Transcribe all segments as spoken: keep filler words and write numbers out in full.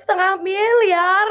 setengah miliar.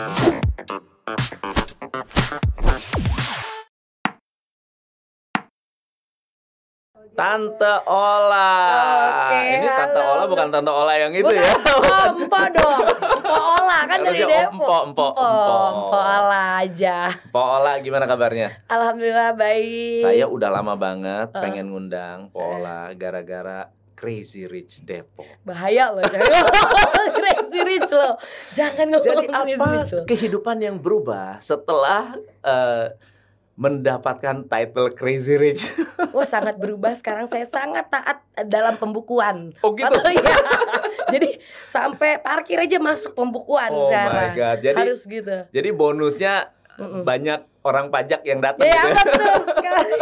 Tante Ola. Oke, Ini Tante halo. Ola bukan Tante Ola yang itu Bukan, ya. oh, Empo dong. Empo Ola kan dari Harusnya Depok. Empo, Empo, Empo. Empo Ola aja. Po Ola gimana kabarnya? Alhamdulillah baik. Saya udah lama banget Uh. pengen ngundang Po Ola gara-gara Crazy Rich Depok. Bahaya loh, jangan Crazy Rich loh. Jangan ngomong Jadi Crazy apa Rich loh. kehidupan yang berubah setelah eh, mendapatkan title Crazy Rich? Wah, sangat berubah. Sekarang saya sangat taat dalam pembukuan. Oh gitu? Atau iya. Jadi sampai parkir aja masuk pembukuan Oh sekarang. my God. Jadi- Harus gitu. Jadi bonusnya Mm-mm. banyak orang pajak yang datang Iya gitu ya. betul sekali.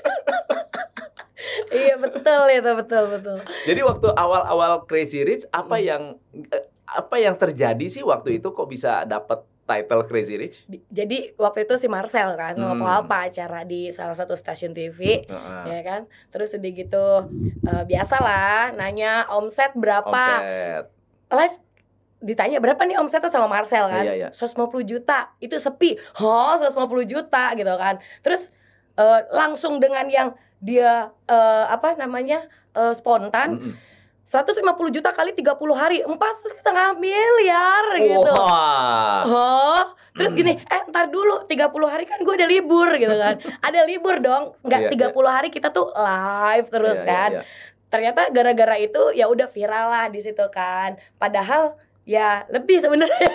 Iya betul itu betul betul. Jadi waktu awal-awal Crazy Rich apa Mm. yang eh, apa yang terjadi sih waktu itu kok bisa dapet title Crazy Rich? Di- Jadi waktu itu si Marcel kan Hmm. mau apa acara di salah satu stasiun T V, Heeh. ya kan. Terus udah gitu eh, biasalah nanya omset berapa. Omset. Live ditanya berapa nih omsetnya sama Marcel kan? Iya, iya. seratus lima puluh juta. Itu sepi. Hah, seratus lima puluh juta gitu kan. Terus eh, langsung dengan yang dia eh, apa namanya? eh, spontan Mm-mm. seratus lima puluh juta kali tiga puluh hari empat setengah miliar gitu. Wah. Oh, terus gini, eh ntar dulu tiga puluh hari kan gue ada libur gitu kan. Ada libur dong, Iya, nggak iya. tiga puluh hari kita tuh live terus Iya, iya, kan. iya. Ternyata gara-gara itu ya udah viral lah di situ kan. Padahal ya lebih sebenarnya.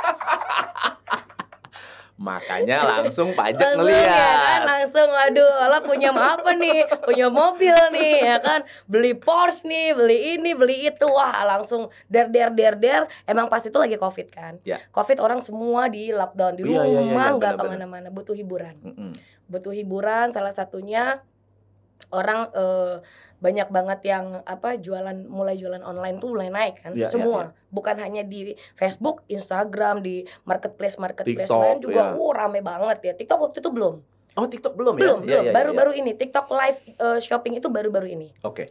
Makanya langsung pajak Langsung ya kan, ngeliat. langsung waduh, lo punya apa nih? Punya mobil nih ya kan. Beli Porsche nih, beli ini, beli itu. Wah, langsung der der der der. Emang pas itu lagi Covid kan. Ya. Covid orang semua di lockdown di Iya, iya, iya, rumah, iya, nggak benar-benar. kemana-mana, butuh hiburan. Mm-mm. Butuh hiburan, salah satunya orang eh, banyak banget yang apa jualan mulai jualan online tuh mulai naik kan. Iya, Semua iya, bukan hanya di Facebook, Instagram, di marketplace marketplace TikTok, lain juga iya. uh rame banget ya. TikTok waktu itu belum. Oh, TikTok belum ya? Belum, Iya, belum. iya, iya, Baru-baru ini TikTok live eh, shopping itu baru-baru ini. Oke.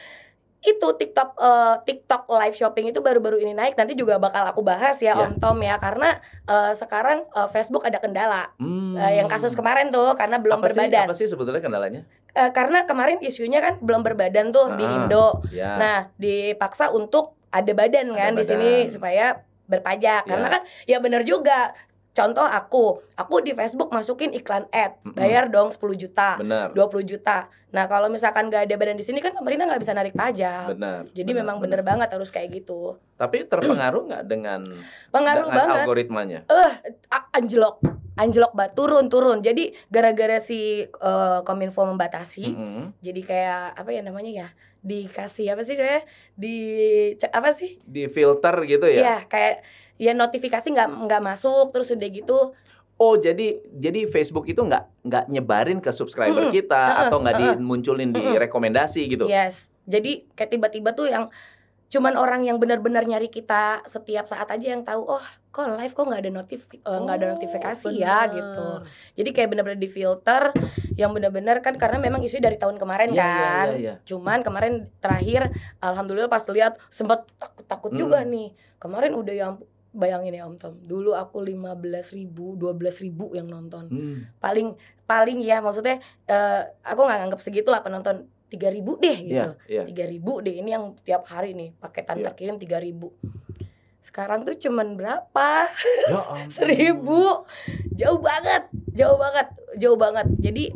Itu TikTok eh, TikTok live shopping itu baru-baru ini naik. Nanti juga bakal aku bahas ya, Ya. Om Tom ya, karena eh, sekarang eh, Facebook ada kendala. Hmm. Eh, yang kasus kemarin tuh karena belum apa sih, berbadan. apa sih sebetulnya kendalanya? Eh, karena kemarin isunya kan belum berbadan tuh di Ah, Indo. Ya. Nah, dipaksa untuk ada badan Ada kan di sini badan. supaya berpajak. Karena Ya. kan ya benar juga. Contoh aku, aku di Facebook masukin iklan ads, Mm-mm. bayar dong sepuluh juta, Benar. dua puluh juta. Nah, kalau misalkan gak ada badan di sini kan pemerintah nggak bisa narik pajak. Benar. Jadi benar, memang benar. bener banget harus kayak gitu. Tapi terpengaruh nggak dengan Pengaruh dengan banget. algoritmanya? A- anjlok, anjlok banget, turun-turun. Jadi gara-gara si eh, Kominfo membatasi, Mm-mm. jadi kayak apa ya namanya ya, dikasih apa sih saya di ce- apa sih Di filter gitu ya? ya kayak ya notifikasi nggak nggak masuk, terus udah gitu Oh, jadi jadi Facebook itu nggak nggak nyebarin ke subscriber Mm-mm. kita Uh-uh, atau nggak uh-uh. dimunculin di Mm-mm. rekomendasi gitu? yes, jadi kayak tiba-tiba tuh yang cuman orang yang benar-benar nyari kita setiap saat aja yang tahu, oh kok live kok nggak ada notif eh, nggak ada Oh, notifikasi ya benar. gitu. Jadi kayak benar-benar difilter yang benar-benar kan, karena memang isunya dari tahun kemarin Iya, iya, kan. iya, iya. Cuman kemarin terakhir alhamdulillah pas lihat sempat takut-takut Hmm. juga nih. Kemarin udah yang bayangin ya Om Tom. Dulu aku lima belas ribu, dua belas ribu yang nonton. Hmm. Paling paling ya maksudnya eh, aku nggak nganggap segitu lah penonton, tiga ribu deh gitu. Iya, iya. tiga ribu deh, ini yang tiap hari nih paketan Iya. terkirim tiga ribu. Sekarang tuh cuman berapa? Ya ampun. Seribu. Jauh banget, jauh banget, jauh banget. Jadi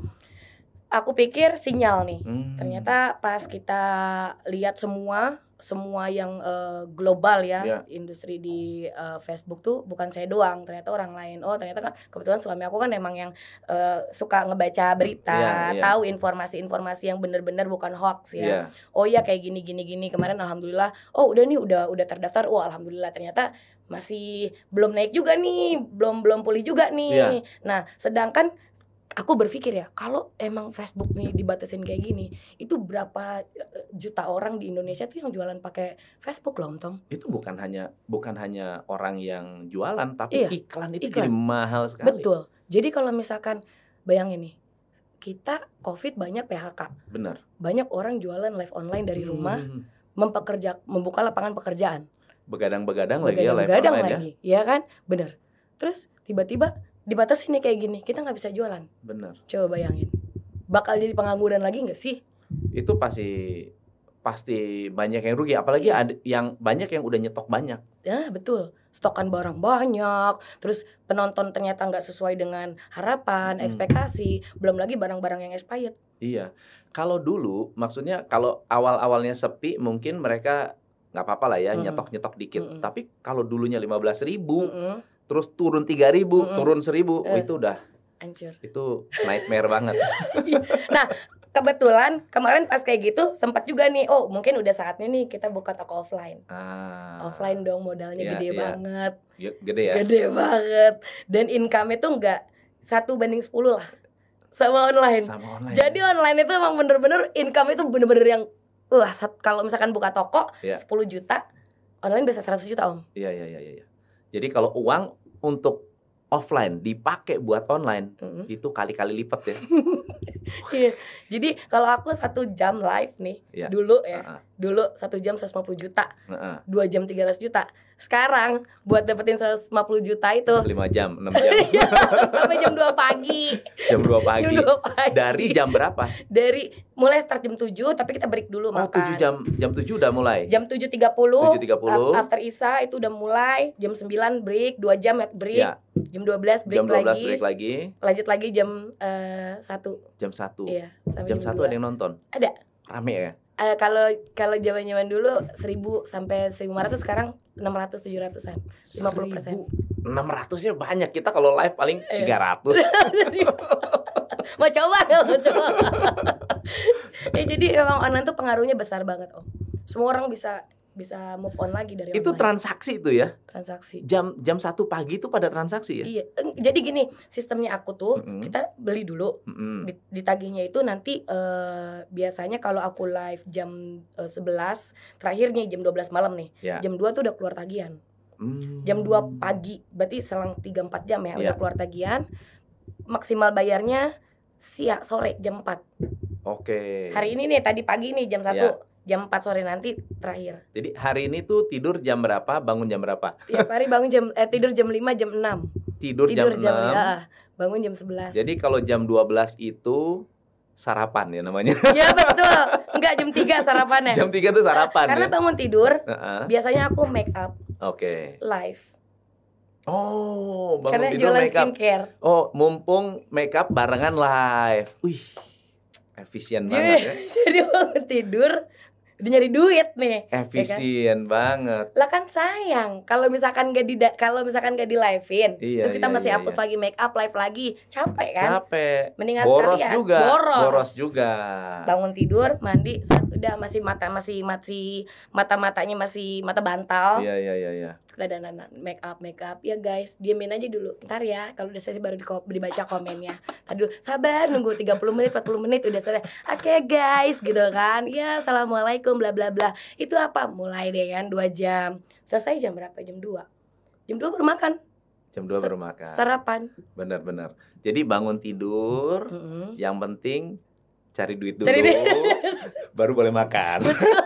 aku pikir sinyal nih. Hmm. Ternyata pas kita lihat semua semua yang eh, global ya, Ya. industri di eh, Facebook tuh bukan saya doang, ternyata orang lain. Oh, ternyata kan kebetulan suami aku kan emang yang eh, suka ngebaca berita, Ya, ya. tahu informasi-informasi yang benar-benar bukan hoax ya. Iya. Oh iya kayak gini gini gini. Kemarin alhamdulillah, oh udah nih udah udah terdaftar. Oh alhamdulillah, ternyata masih belum naik juga nih, belum belum pulih juga nih. Iya. Nah, sedangkan aku berpikir ya, kalau emang Facebook nih dibatasin kayak gini, itu berapa eh, juta orang di Indonesia tuh yang jualan pakai Facebook loh, Om Tom. Itu bukan hanya bukan hanya orang yang jualan, tapi Iya, iklan itu iklan. jadi mahal sekali. Betul. Jadi kalau misalkan bayangin nih, kita Covid banyak P H K, Benar. banyak orang jualan live online dari rumah, Hmm. mempekerja, membuka lapangan pekerjaan. begadang-begadang lagi ya live begadang-begadang online lagi, ya kan? Bener. Terus tiba-tiba dibatasi nih kayak gini, kita nggak bisa jualan. ya. Bener. Coba bayangin, bakal jadi pengangguran lagi nggak sih? Itu pasti pasti banyak yang rugi, apalagi Iya. ada yang banyak yang udah nyetok banyak. Ya betul, stokan barang banyak, terus penonton ternyata nggak sesuai dengan harapan, Hmm. ekspektasi, belum lagi barang-barang yang expired. Iya. Kalau dulu, maksudnya kalau awal-awalnya sepi, mungkin mereka nggak apa-apa lah ya, Mm-mm. nyetok-nyetok dikit. Mm-mm. Tapi kalau dulunya lima belas ribu, Mm-mm. terus turun tiga ribu, Mm-mm. turun seribu, oh, Eh. itu udah, Hancur. itu nightmare banget. Nah, kebetulan kemarin pas kayak gitu sempat juga nih, oh mungkin udah saatnya nih kita buka toko offline. Ah, Offline dong, modalnya Iya, gede iya. banget, G- gede ya. gede banget. Dan income itu nggak satu banding sepuluh lah sama online. Sama online. Jadi online itu emang bener-bener income itu bener-bener yang wah, sat- kalau misalkan buka toko Iya. sepuluh juta, online bisa seratus juta om. Iya, iya, iya, iya. Jadi kalau uang untuk offline dipakai buat online, Mm-mm. itu kali-kali lipat ya. Iya. Jadi kalau aku satu jam live nih, Iya. dulu ya, Heeh, dulu satu jam seratus lima puluh juta, heeh. dua jam tiga ratus juta. Sekarang buat dapetin seratus lima puluh juta itu lima jam, enam jam. ya, harus sampai jam dua pagi. Jam dua pagi. Jam dua pagi. Dari jam berapa? Dari mulai start jam tujuh, tapi kita break dulu Oh, makan. tujuh jam, jam tujuh udah mulai. Jam tujuh tiga puluh, tujuh tiga puluh. after Isya itu udah mulai. Jam sembilan break, dua jam ya break. Ya. Jam dua belas break Jam dua belas lagi. break lagi. Lanjut lagi jam eh, satu. Jam satu. Iya, sampai Jam jam satu dua. ada yang nonton. Ada. Rame ya? Eh, kalau kalau zaman-zaman dulu seribu sampai seribu lima ratus, sekarang enam ratus tujuh ratusan. lima puluh persen. enam ratusnya banyak. Kita kalau live paling Iya. tiga ratus. Mau coba nggak? Mau coba. Ya, jadi emang online tuh pengaruhnya besar banget om. Semua orang bisa bisa move on lagi dari Itu online. transaksi itu ya. Transaksi. Jam jam satu pagi itu pada transaksi ya. Iya. Eng- Jadi gini, sistemnya aku tuh Mm-mm. kita beli dulu. Mm-mm. Di- Ditagihnya itu nanti eh, biasanya kalau aku live jam eh, sebelas, terakhirnya jam dua belas malam nih. Ya. Jam dua tuh udah keluar tagihan. Hmm. Jam dua pagi, berarti selang tiga empat jam ya, Iya. udah keluar tagihan. Maksimal bayarnya siang sore jam empat. Oke. Hari ini nih tadi pagi nih jam Iya. satu, jam empat sore nanti terakhir. Jadi hari ini tuh tidur jam berapa, bangun jam berapa? Tiap hari bangun jam eh, tidur jam lima, jam enam. Tidur, Tidur jam jam enam. ya, bangun jam sebelas. Jadi kalau jam dua belas itu sarapan ya namanya. Ya betul. Enggak, jam tiga sarapannya. Jam tiga tuh sarapan Karena ya. bangun tidur, Heeh. biasanya aku make up Oke. live. Oh, bangun Karena tidur jualan make up. skincare. Oh, mumpung make up barengan live. Wih, efisien banget ya. Jadi bangun tidur udah nyari duit nih. Efisien banget. Lah kan sayang kalau misalkan gak di kalau misalkan gak di live-in, Iya, terus kita iya, masih iya, hapus iya. lagi make up live lagi, capek kan? Capek. Mendingan Boros sekalian. juga. Boros. juga. Bangun tidur, mandi, saat udah masih mata masih masih mata-matanya masih mata bantal. Iya, iya, iya, iya. Kita dandan make up make up ya guys, diemin aja dulu. Ntar ya, kalau udah selesai baru di dibaca komennya. Tadi dulu sabar nunggu tiga puluh menit empat puluh menit udah selesai. Oke guys, gitu kan. Ya, assalamualaikum bla bla bla. Itu apa? Mulai deh kan dua jam. Selesai jam berapa? Jam dua. Jam dua baru makan. Jam dua Sa- baru makan. Sarapan. Benar-benar. Jadi bangun tidur, Mm-mm. yang penting cari duit dulu, Cari duit. baru boleh makan.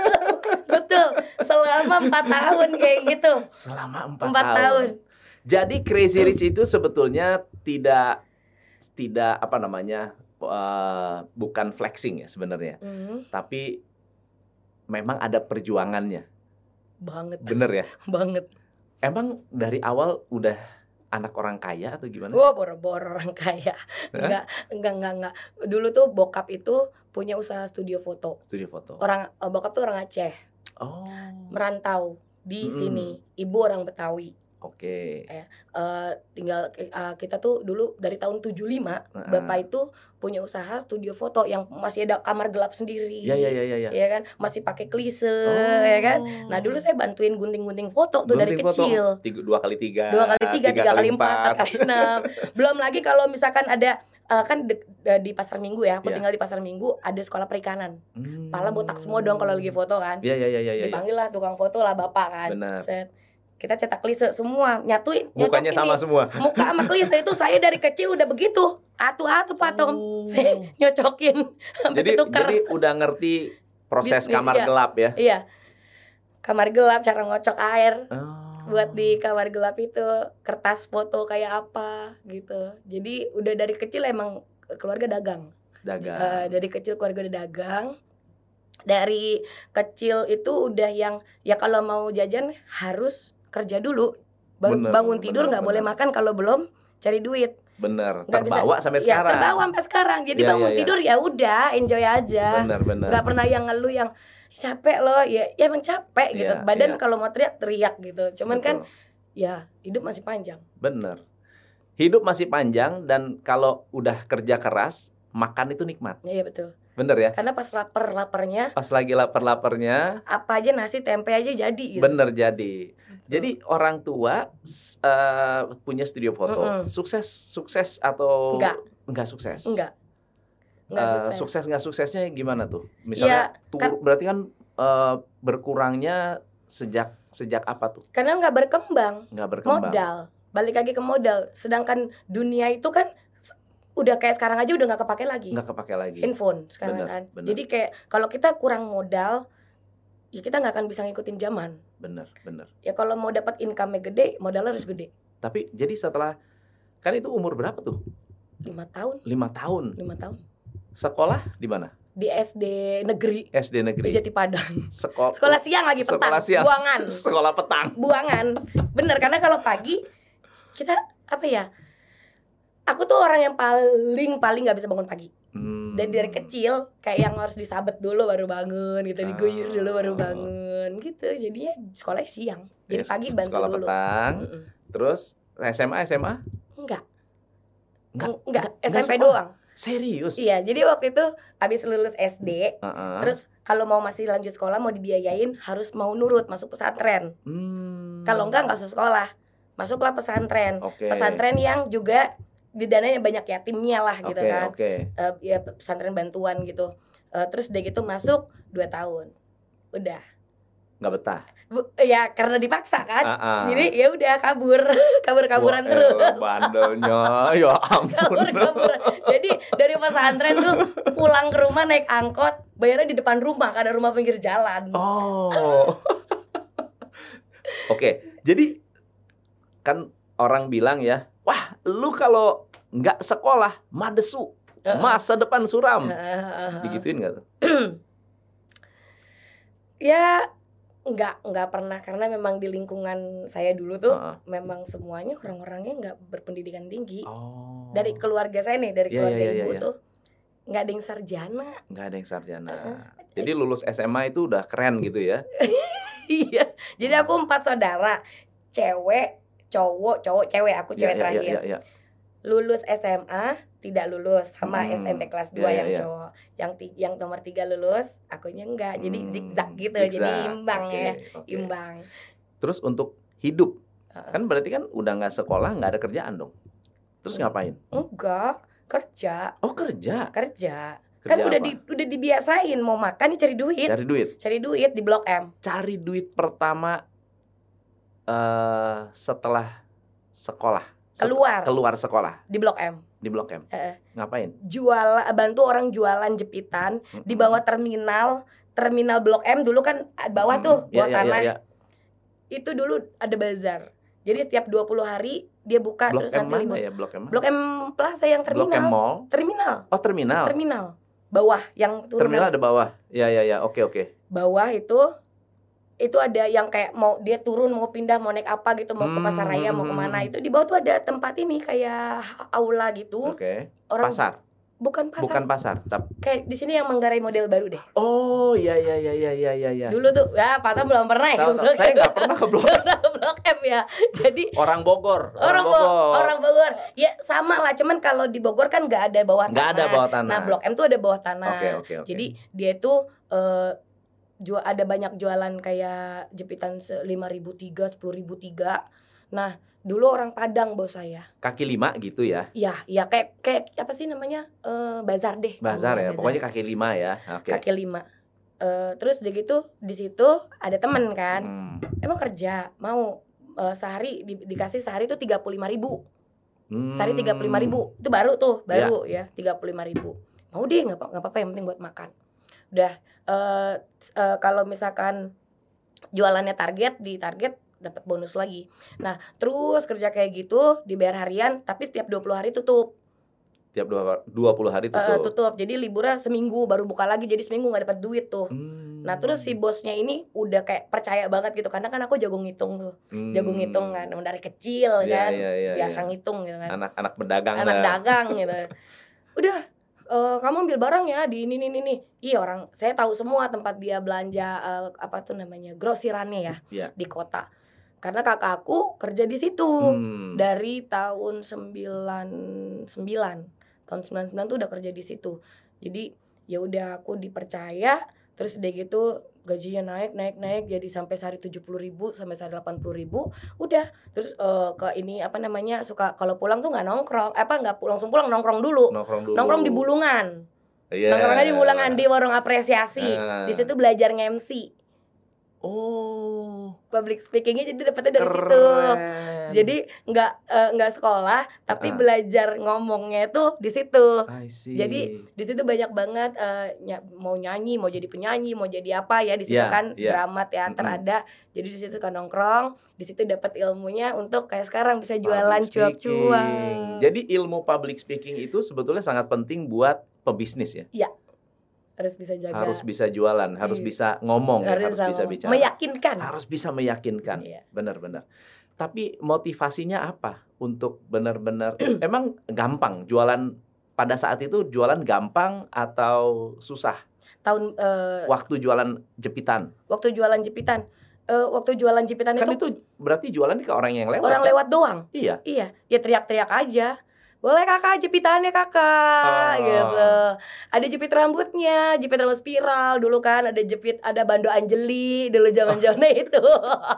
Betul. Selama empat tahun kayak gitu. Selama empat, Empat tahun. tahun. Jadi Crazy Rich itu sebetulnya tidak tidak apa namanya uh, bukan flexing ya sebenarnya, Mm, tapi memang ada perjuangannya, banget. bener ya. Banget. Emang dari awal udah anak orang kaya atau gimana? Gua boro-boro orang kaya. Enggak, enggak, enggak, enggak. Dulu tuh bokap itu punya usaha studio foto. Studio foto. Orang eh, bokap tuh orang Aceh, Oh, merantau di Mm-mm. sini. Ibu orang Betawi. oke. Eh, tinggal eh, kita tuh dulu dari tahun tujuh puluh lima, Heeh. bapak itu punya usaha studio foto yang masih ada kamar gelap sendiri. Ya, ya, ya, ya, ya. Ya kan, masih pakai klise, Oh. ya kan. Nah dulu saya bantuin gunting-gunting foto tuh dari Gunting foto. kecil. Tiga, dua kali tiga, Dua kali tiga, tiga kali empat, empat kali enam. Belum lagi kalau misalkan ada eh, kan de- de- di pasar Minggu ya, aku Iya. tinggal di pasar Minggu, ada sekolah perikanan. Hmm. Pala botak semua dong kalau lagi foto kan. Ya, ya, ya, ya, ya, ya. Dipanggil lah tukang foto lah bapak kan. Benar. Set. Kita cetak klise semua, nyatuin, Mukanya nyocokin sama nih. semua. Muka sama klise itu saya dari kecil udah begitu. Atu-atu Pak Tom. Oh. Saya nyocokin sampai Jadi ketukar. jadi udah ngerti proses Bisnis, kamar iya. gelap ya. Iya. kamar gelap, cara ngocok air. Oh. Buat di kamar gelap itu kertas foto kayak apa gitu. Jadi udah dari kecil emang keluarga dagang. Dagang. Uh, dari kecil keluarga udah dagang. Dari kecil itu udah yang ya kalau mau jajan harus kerja dulu. Baru Bener, bangun tidur nggak boleh bener. makan kalau belum cari duit. Bener, Nggak terbawa bisa, sampai ya, sekarang. terbawa sampai sekarang. Jadi Ya, bangun ya, ya. tidur ya udah enjoy aja. Bener, bener. Nggak pernah yang ngeluh yang capek loh, ya, ya emang capek gitu. Iya, Badan iya. kalau mau teriak teriak gitu. Cuman kan Betul. ya hidup masih panjang. Bener. Hidup masih panjang dan kalau udah kerja keras, makan itu nikmat. Iya betul. Bener ya? Karena pas lapar laparnya, Pas lagi lapar-laparnya, apa aja nasi tempe aja jadi gitu. bener jadi. Jadi orang tua s- eh, punya studio foto, Mm-mm. sukses sukses atau Enggak. enggak sukses? Enggak. Enggak Eh, sukses. sukses nggak suksesnya gimana tuh? Misalnya Ya, tur- kan- berarti kan eh, berkurangnya sejak sejak apa tuh? Karena nggak berkembang. Nggak berkembang. Modal. Balik lagi ke modal. Sedangkan dunia itu kan s- udah kayak sekarang aja udah nggak kepake lagi. Nggak kepake lagi. Handphone sekarang Bener, kan. bener. Jadi kayak kalau kita kurang modal, ya kita nggak akan bisa ngikutin zaman. Bener, bener. Ya kalau mau dapat income gede, modalnya harus gede. Tapi jadi setelah kan itu umur berapa tuh? Lima tahun, Lima tahun. lima tahun. Sekolah di mana? Di S D negeri S D di negeri. Jati Padang. Seko- Sekolah siang lagi petang. Sekolah siang. Buangan. Sekolah petang. Buangan. Bener, karena kalau pagi kita apa ya? Aku tuh orang yang paling paling nggak bisa bangun pagi. Hmm. Dan dari kecil kayak yang harus disabet dulu baru bangun gitu, diguyur dulu baru bangun gitu. Jadinya sekolahnya siang. Jadi Ya, pagi bantu sekolah dulu. petang. Mm-mm. Terus S M A S M A? Enggak. Enggak. Enggak, S M P sekolah. doang. Serius? Iya, jadi waktu itu habis lulus S D, Uh-uh. terus kalau mau masih lanjut sekolah mau dibiayain harus mau nurut masuk pesantren. Hmm. Kalau enggak enggak usah sekolah. Masuklah pesantren. Oke. Pesantren yang juga didananya banyak yatimnya lah gitu Oke, kan. Oke. Eh, ya pesantren bantuan gitu. Eh, terus udah gitu masuk dua tahun. Udah. Nggak betah. Bu, ya karena dipaksa kan. Uh-uh. Jadi ya udah kabur. Kabur-kaburan Wah, terus. elah, bandelnya. Ya ampun. Kabur-kaburan. Jadi dari pesantren tuh pulang ke rumah naik angkot, bayarnya di depan rumah, kan ada rumah pinggir jalan. Oh. Oke, jadi kan orang bilang ya, wah, lu kalau nggak sekolah madesu, masa depan suram. Digituin nggak tuh? Ya nggak nggak pernah, karena memang di lingkungan saya dulu tuh Uh-uh. memang semuanya orang-orangnya nggak berpendidikan tinggi. Oh. Dari keluarga saya nih, dari Iya, keluarga iya, iya, ibu iya. tuh nggak ada yang sarjana. Nggak ada yang sarjana. Uh-uh. Jadi lulus S M A itu udah keren gitu ya? Iya. Jadi aku empat saudara, cewek, cowok, cowok, cewek. Aku cewek Iya, iya, terakhir. iya, iya. Lulus S M A tidak lulus, sama Hmm, S M P kelas dua iya, yang iya. cowok. Yang ti- yang nomor tiga lulus, akunya enggak. Jadi Hmm, zigzag gitu, zigzag. jadi imbang Oke, ya, oke. imbang. Terus untuk hidup, Uh-uh. kan berarti kan udah nggak sekolah, nggak ada kerjaan dong. Terus Hmm. ngapain? Enggak, kerja, Oh, kerja. kerja. Kerja Kan udah apa? di, udah dibiasain mau makan nih cari duit. Cari duit. Cari duit di Blok M. Cari duit pertama eh setelah sekolah. Se- Keluar Keluar sekolah di Blok M. di Blok M. Heeh. Ngapain? Jual, bantu orang jualan jepitan di bawah terminal. Terminal Blok M dulu kan bawah tuh, Iya, bawah iya, tanah. iya, iya. Itu dulu ada bazar. Jadi setiap dua puluh hari dia buka Blok terus M nanti mana libur. ya? Blok M mana? Blok M Plaza yang Blok M terminal. Mall. Terminal. Oh, terminal. Terminal. Bawah yang turunan. Terminal ada bawah. Ya, ya, ya. Oke, oke. Bawah itu itu ada yang kayak mau dia turun mau pindah mau naik apa gitu, mau ke pasar raya mau kemana, Hmm. itu di bawah tuh ada tempat ini kayak aula gitu. Oke. Orang Pasar. bukan pasar. Bukan pasar. Tap- Kayak di sini yang Manggarai model baru deh. Oh, iya, iya, iya, iya, iya, iya, iya. Dulu tuh ya Pak Tom belum pernah ya. Tahu, ke tahu. Blok Saya M. nggak pernah ke Blok M. Pernah ke Blok M ya. Jadi Orang Bogor. orang Bogor. orang Bogor ya sama lah, cuman kalau di Bogor kan nggak ada bawah Nggak tanah. ada bawah tanah. Nah Blok M tuh ada bawah tanah. Oke, oke, oke. Jadi dia tuh eh, jual, ada banyak jualan kayak jepitan lima ribu tiga, sepuluh ribu tiga. Nah dulu orang Padang bos saya. Kaki lima gitu ya. Ya ya kayak kayak apa sih namanya, eh, bazar deh. Bazar ya. namanya, Pokoknya kaki lima ya. Oke. kaki lima. Eh, terus udah gitu di situ ada temen kan. Hmm. Emang kerja mau eh, sehari di- dikasih sehari tuh tiga puluh lima ribu. Hmm. Sehari tiga puluh lima ribu. Itu baru tuh, baru ya, tiga puluh lima ribu. Mau deh, nggak apa- nggak apa-apa, yang penting buat makan. Udah eh, eh, kalau misalkan jualannya target, di target dapat bonus lagi. Nah, terus kerja kayak gitu, dibayar harian, tapi setiap dua puluh hari tutup. Tiap dua puluh hari tutup. Uh, tutup. Jadi liburnya seminggu baru buka lagi, jadi seminggu nggak dapat duit tuh. Hmm. Nah, terus si bosnya ini udah kayak percaya banget gitu, karena kan aku jago ngitung tuh. Hmm. Jago ngitung kan, dari kecil yeah, kan. Yeah, yeah, biasa yeah. ngitung gitu kan. Anak-anak pedagang Anak lah. dagang gitu. Udah, uh, kamu ambil barang ya di ini ini ini. Iya, orang saya tahu semua tempat dia belanja uh, apa tuh namanya? Grosirannya ya, yeah. di kota. Karena kakak aku kerja di situ hmm. dari tahun sembilan sembilan. Tahun sembilan sembilan tuh udah kerja di situ. Jadi ya udah aku dipercaya, terus udah gitu gajinya naik naik naik jadi sampai sehari tujuh puluh ribu sampai sehari delapan puluh ribu. Udah, terus uh, ke ini apa namanya, suka kalau pulang tuh nggak nongkrong, apa nggak langsung pulang, nongkrong dulu. Nongkrong dulu. Nongkrong di Bulungan. Yeah. Nongkrongnya di Bulungan di warung apresiasi. Uh. Di situ belajar nge-M C. Oh, public speakingnya jadi dapetnya dari Keren. situ. Jadi nggak uh, nggak sekolah, tapi uh. belajar ngomongnya itu di situ. Jadi di situ banyak banget uh, ny- mau nyanyi, mau jadi penyanyi, mau jadi apa ya di situ yeah, kan yeah. drama teater mm-hmm. ada. Jadi di situ kan nongkrong, di situ dapat ilmunya untuk kayak sekarang bisa jualan cuap-cuap. Jadi ilmu public speaking itu sebetulnya sangat penting buat pebisnis ya. Iya. Harus bisa jaga, harus bisa jualan, harus iya. bisa ngomong, harus, ya, harus bisa bicara, meyakinkan, harus bisa meyakinkan, iya. benar-benar. Tapi motivasinya apa untuk benar-benar? Emang gampang jualan pada saat itu, jualan gampang atau susah? Tahun uh, waktu jualan jepitan. Waktu jualan jepitan, uh, waktu jualan jepitan kan itu, itu berarti jualan ke orang yang lewat. Orang kan? lewat doang. Iya. Iya, ya teriak-teriak aja. Boleh kakak jepitannya kakak, oh. gitu. Ada jepit rambutnya, jepit rambut spiral dulu kan, ada jepit, ada bando Anjeli dulu zaman-zamannya oh. itu.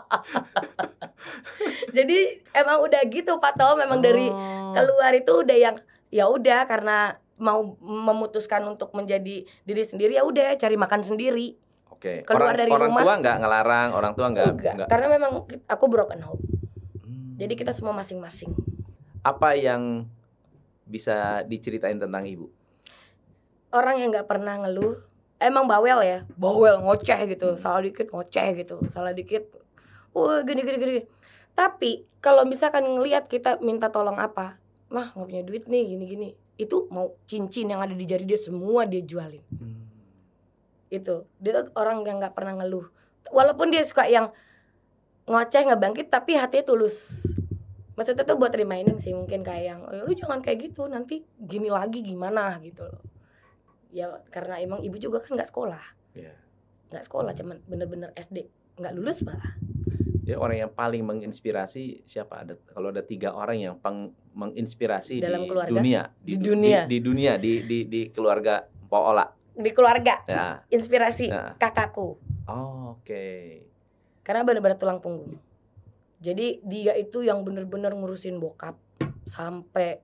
Jadi emang udah gitu Pak Tom, memang oh. dari keluar itu udah yang ya udah karena mau memutuskan untuk menjadi diri sendiri ya udah cari makan sendiri. Oke. Keluar orang, dari orang rumah. Orang tua nggak ngelarang, orang tua nggak. Enggak. Enggak. Karena memang aku broken home. Hmm. Jadi kita semua masing-masing. Apa yang bisa diceritain tentang ibu? Orang yang nggak pernah ngeluh, emang bawel ya, bawel ngoceh gitu, salah dikit ngoceh gitu, salah dikit, wah gini gini gini. Tapi kalau misalkan ngelihat kita minta tolong apa, mah nggak punya duit nih gini gini, itu mau cincin yang ada di jari dia semua dia jualin. Hmm. Itu dia orang yang nggak pernah ngeluh, walaupun dia suka yang ngoceh nggak bangkit, tapi hatinya tulus. Maksudnya tuh buat reminding sih, mungkin kayak yang oh, lu jangan kayak gitu, nanti gini lagi gimana gitu loh. Ya karena emang ibu juga kan nggak sekolah, yeah. nggak sekolah, cuman bener-bener S D, nggak lulus malah. Ya orang yang paling menginspirasi siapa? Ada kalau ada tiga orang yang peng, menginspirasi dalam di keluarga? dunia, di, di dunia, di, di dunia, di di di keluarga Pak Ola. Di keluarga, ya. Inspirasi ya. kakakku. Oh, Oke. Okay. Karena benar-benar tulang punggung. Jadi dia itu yang benar-benar ngurusin bokap sampai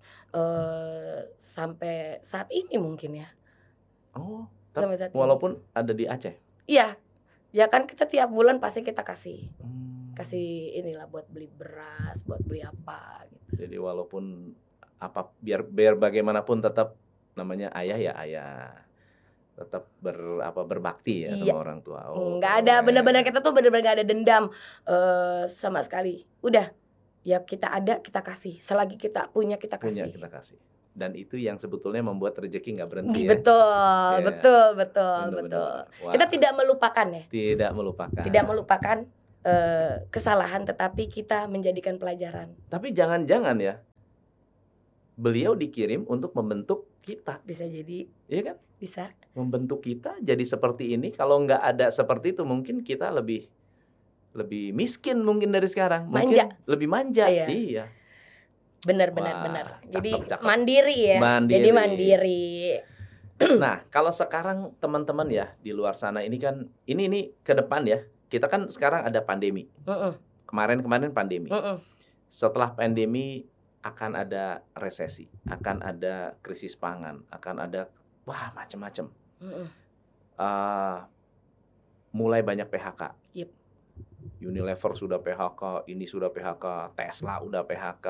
uh, sampai saat ini mungkin ya. Oh, sampai saat walaupun ini. Ada di Aceh. Iya, ya kan kita tiap bulan pasti kita kasih, hmm. kasih inilah buat beli beras, buat beli apa. Gitu. Jadi walaupun apa biar biar bagaimanapun tetap namanya ayah ya ayah. Tetap ber apa berbakti ya iya. sama orang tua. Oh, nggak ada benar-benar kita tuh benar-benar nggak ada dendam uh, sama sekali. Udah ya kita ada kita kasih. Selagi kita punya kita kasih. Punya kita kasih. Dan itu yang sebetulnya membuat rezeki nggak berhenti. Betul, ya. betul, betul, benar, betul. Wow. Kita tidak melupakan ya. Tidak melupakan. Tidak melupakan uh, kesalahan, tetapi kita menjadikan pelajaran. Tapi jangan-jangan ya. Beliau dikirim untuk membentuk kita. Bisa jadi. Iya kan? Bisa. Membentuk kita jadi seperti ini. Kalau nggak ada seperti itu mungkin kita lebih lebih miskin mungkin dari sekarang. Manja. Mungkin lebih manja. Iya. iya. Benar benar benar. Jadi cakep. mandiri ya. Mandiri. Jadi mandiri. Nah, kalau sekarang teman-teman ya di luar sana ini kan ini ini ke depan ya. Kita kan sekarang ada pandemi. Uh-uh. Kemarin-kemarin pandemi. Uh-uh. Setelah pandemi akan ada resesi, akan ada krisis pangan, akan ada wah macam-macam. Uh-uh. Uh, mulai banyak P H K. Yep. Unilever sudah P H K, ini sudah P H K, Tesla udah P H K.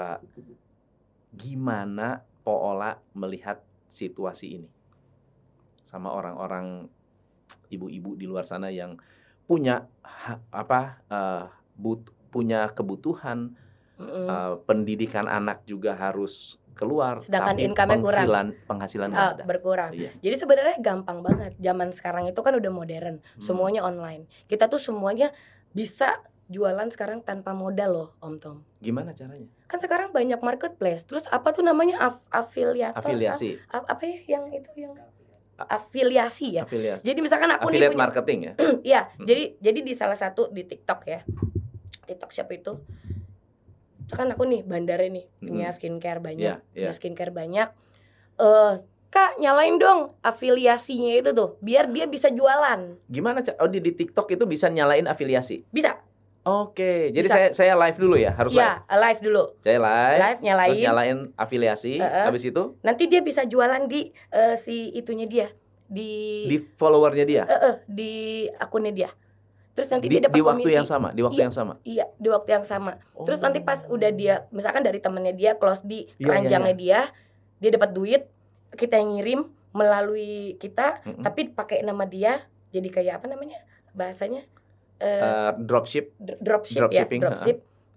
Gimana Po Ola melihat situasi ini? Sama orang-orang ibu-ibu di luar sana yang punya ha, apa uh, but, punya kebutuhan, Mm-mm. uh, pendidikan anak juga harus keluar, Sedangkan tapi income-nya kurang. penghasilan penghasilan nggak Ah, ada. berkurang. Iya. Jadi sebenarnya gampang banget. Zaman sekarang itu kan udah modern, Hmm. semuanya online. Kita tuh semuanya bisa jualan sekarang tanpa modal loh, Om Tom. Gimana caranya? Kan sekarang banyak marketplace. Terus apa tuh namanya Af- afiliator? Afiliasi. A- apa ya yang itu yang afiliasi ya? Afiliasi. Jadi misalkan aku nih Affiliate punya marketing ya. Iya, Hmm. jadi jadi di salah satu di TikTok ya. TikTok Shop itu kan aku nih bandara nih, punya Mm-mm. skincare banyak, Iya, punya iya. skincare banyak. Eh, Kak, nyalain dong afiliasinya itu tuh, biar dia bisa jualan. Gimana? Ca- Oh di, di TikTok itu bisa nyalain afiliasi. Bisa? Oke, jadi Bisa. saya saya live dulu ya, harus live. Ya, live dulu. Saya live, Live nyalain. terus nyalain afiliasi, Uh-uh. habis itu Nanti dia bisa jualan di eh, si itunya dia, di di followernya dia. eh, eh, di akunnya dia. Terus nanti Di, dia dapat di waktu komisi. yang sama, di waktu Iya. yang sama. Iya, di waktu yang sama. Terus Oh. nanti pas udah dia, misalkan dari temennya dia close di Iya, keranjangnya iya, dia, dia dapat duit, kita yang ngirim melalui kita, Mm-mm. tapi pakai nama dia, jadi kayak apa namanya bahasanya eh Uh, dropship. dr- dropship ya, dropshipping, dropship.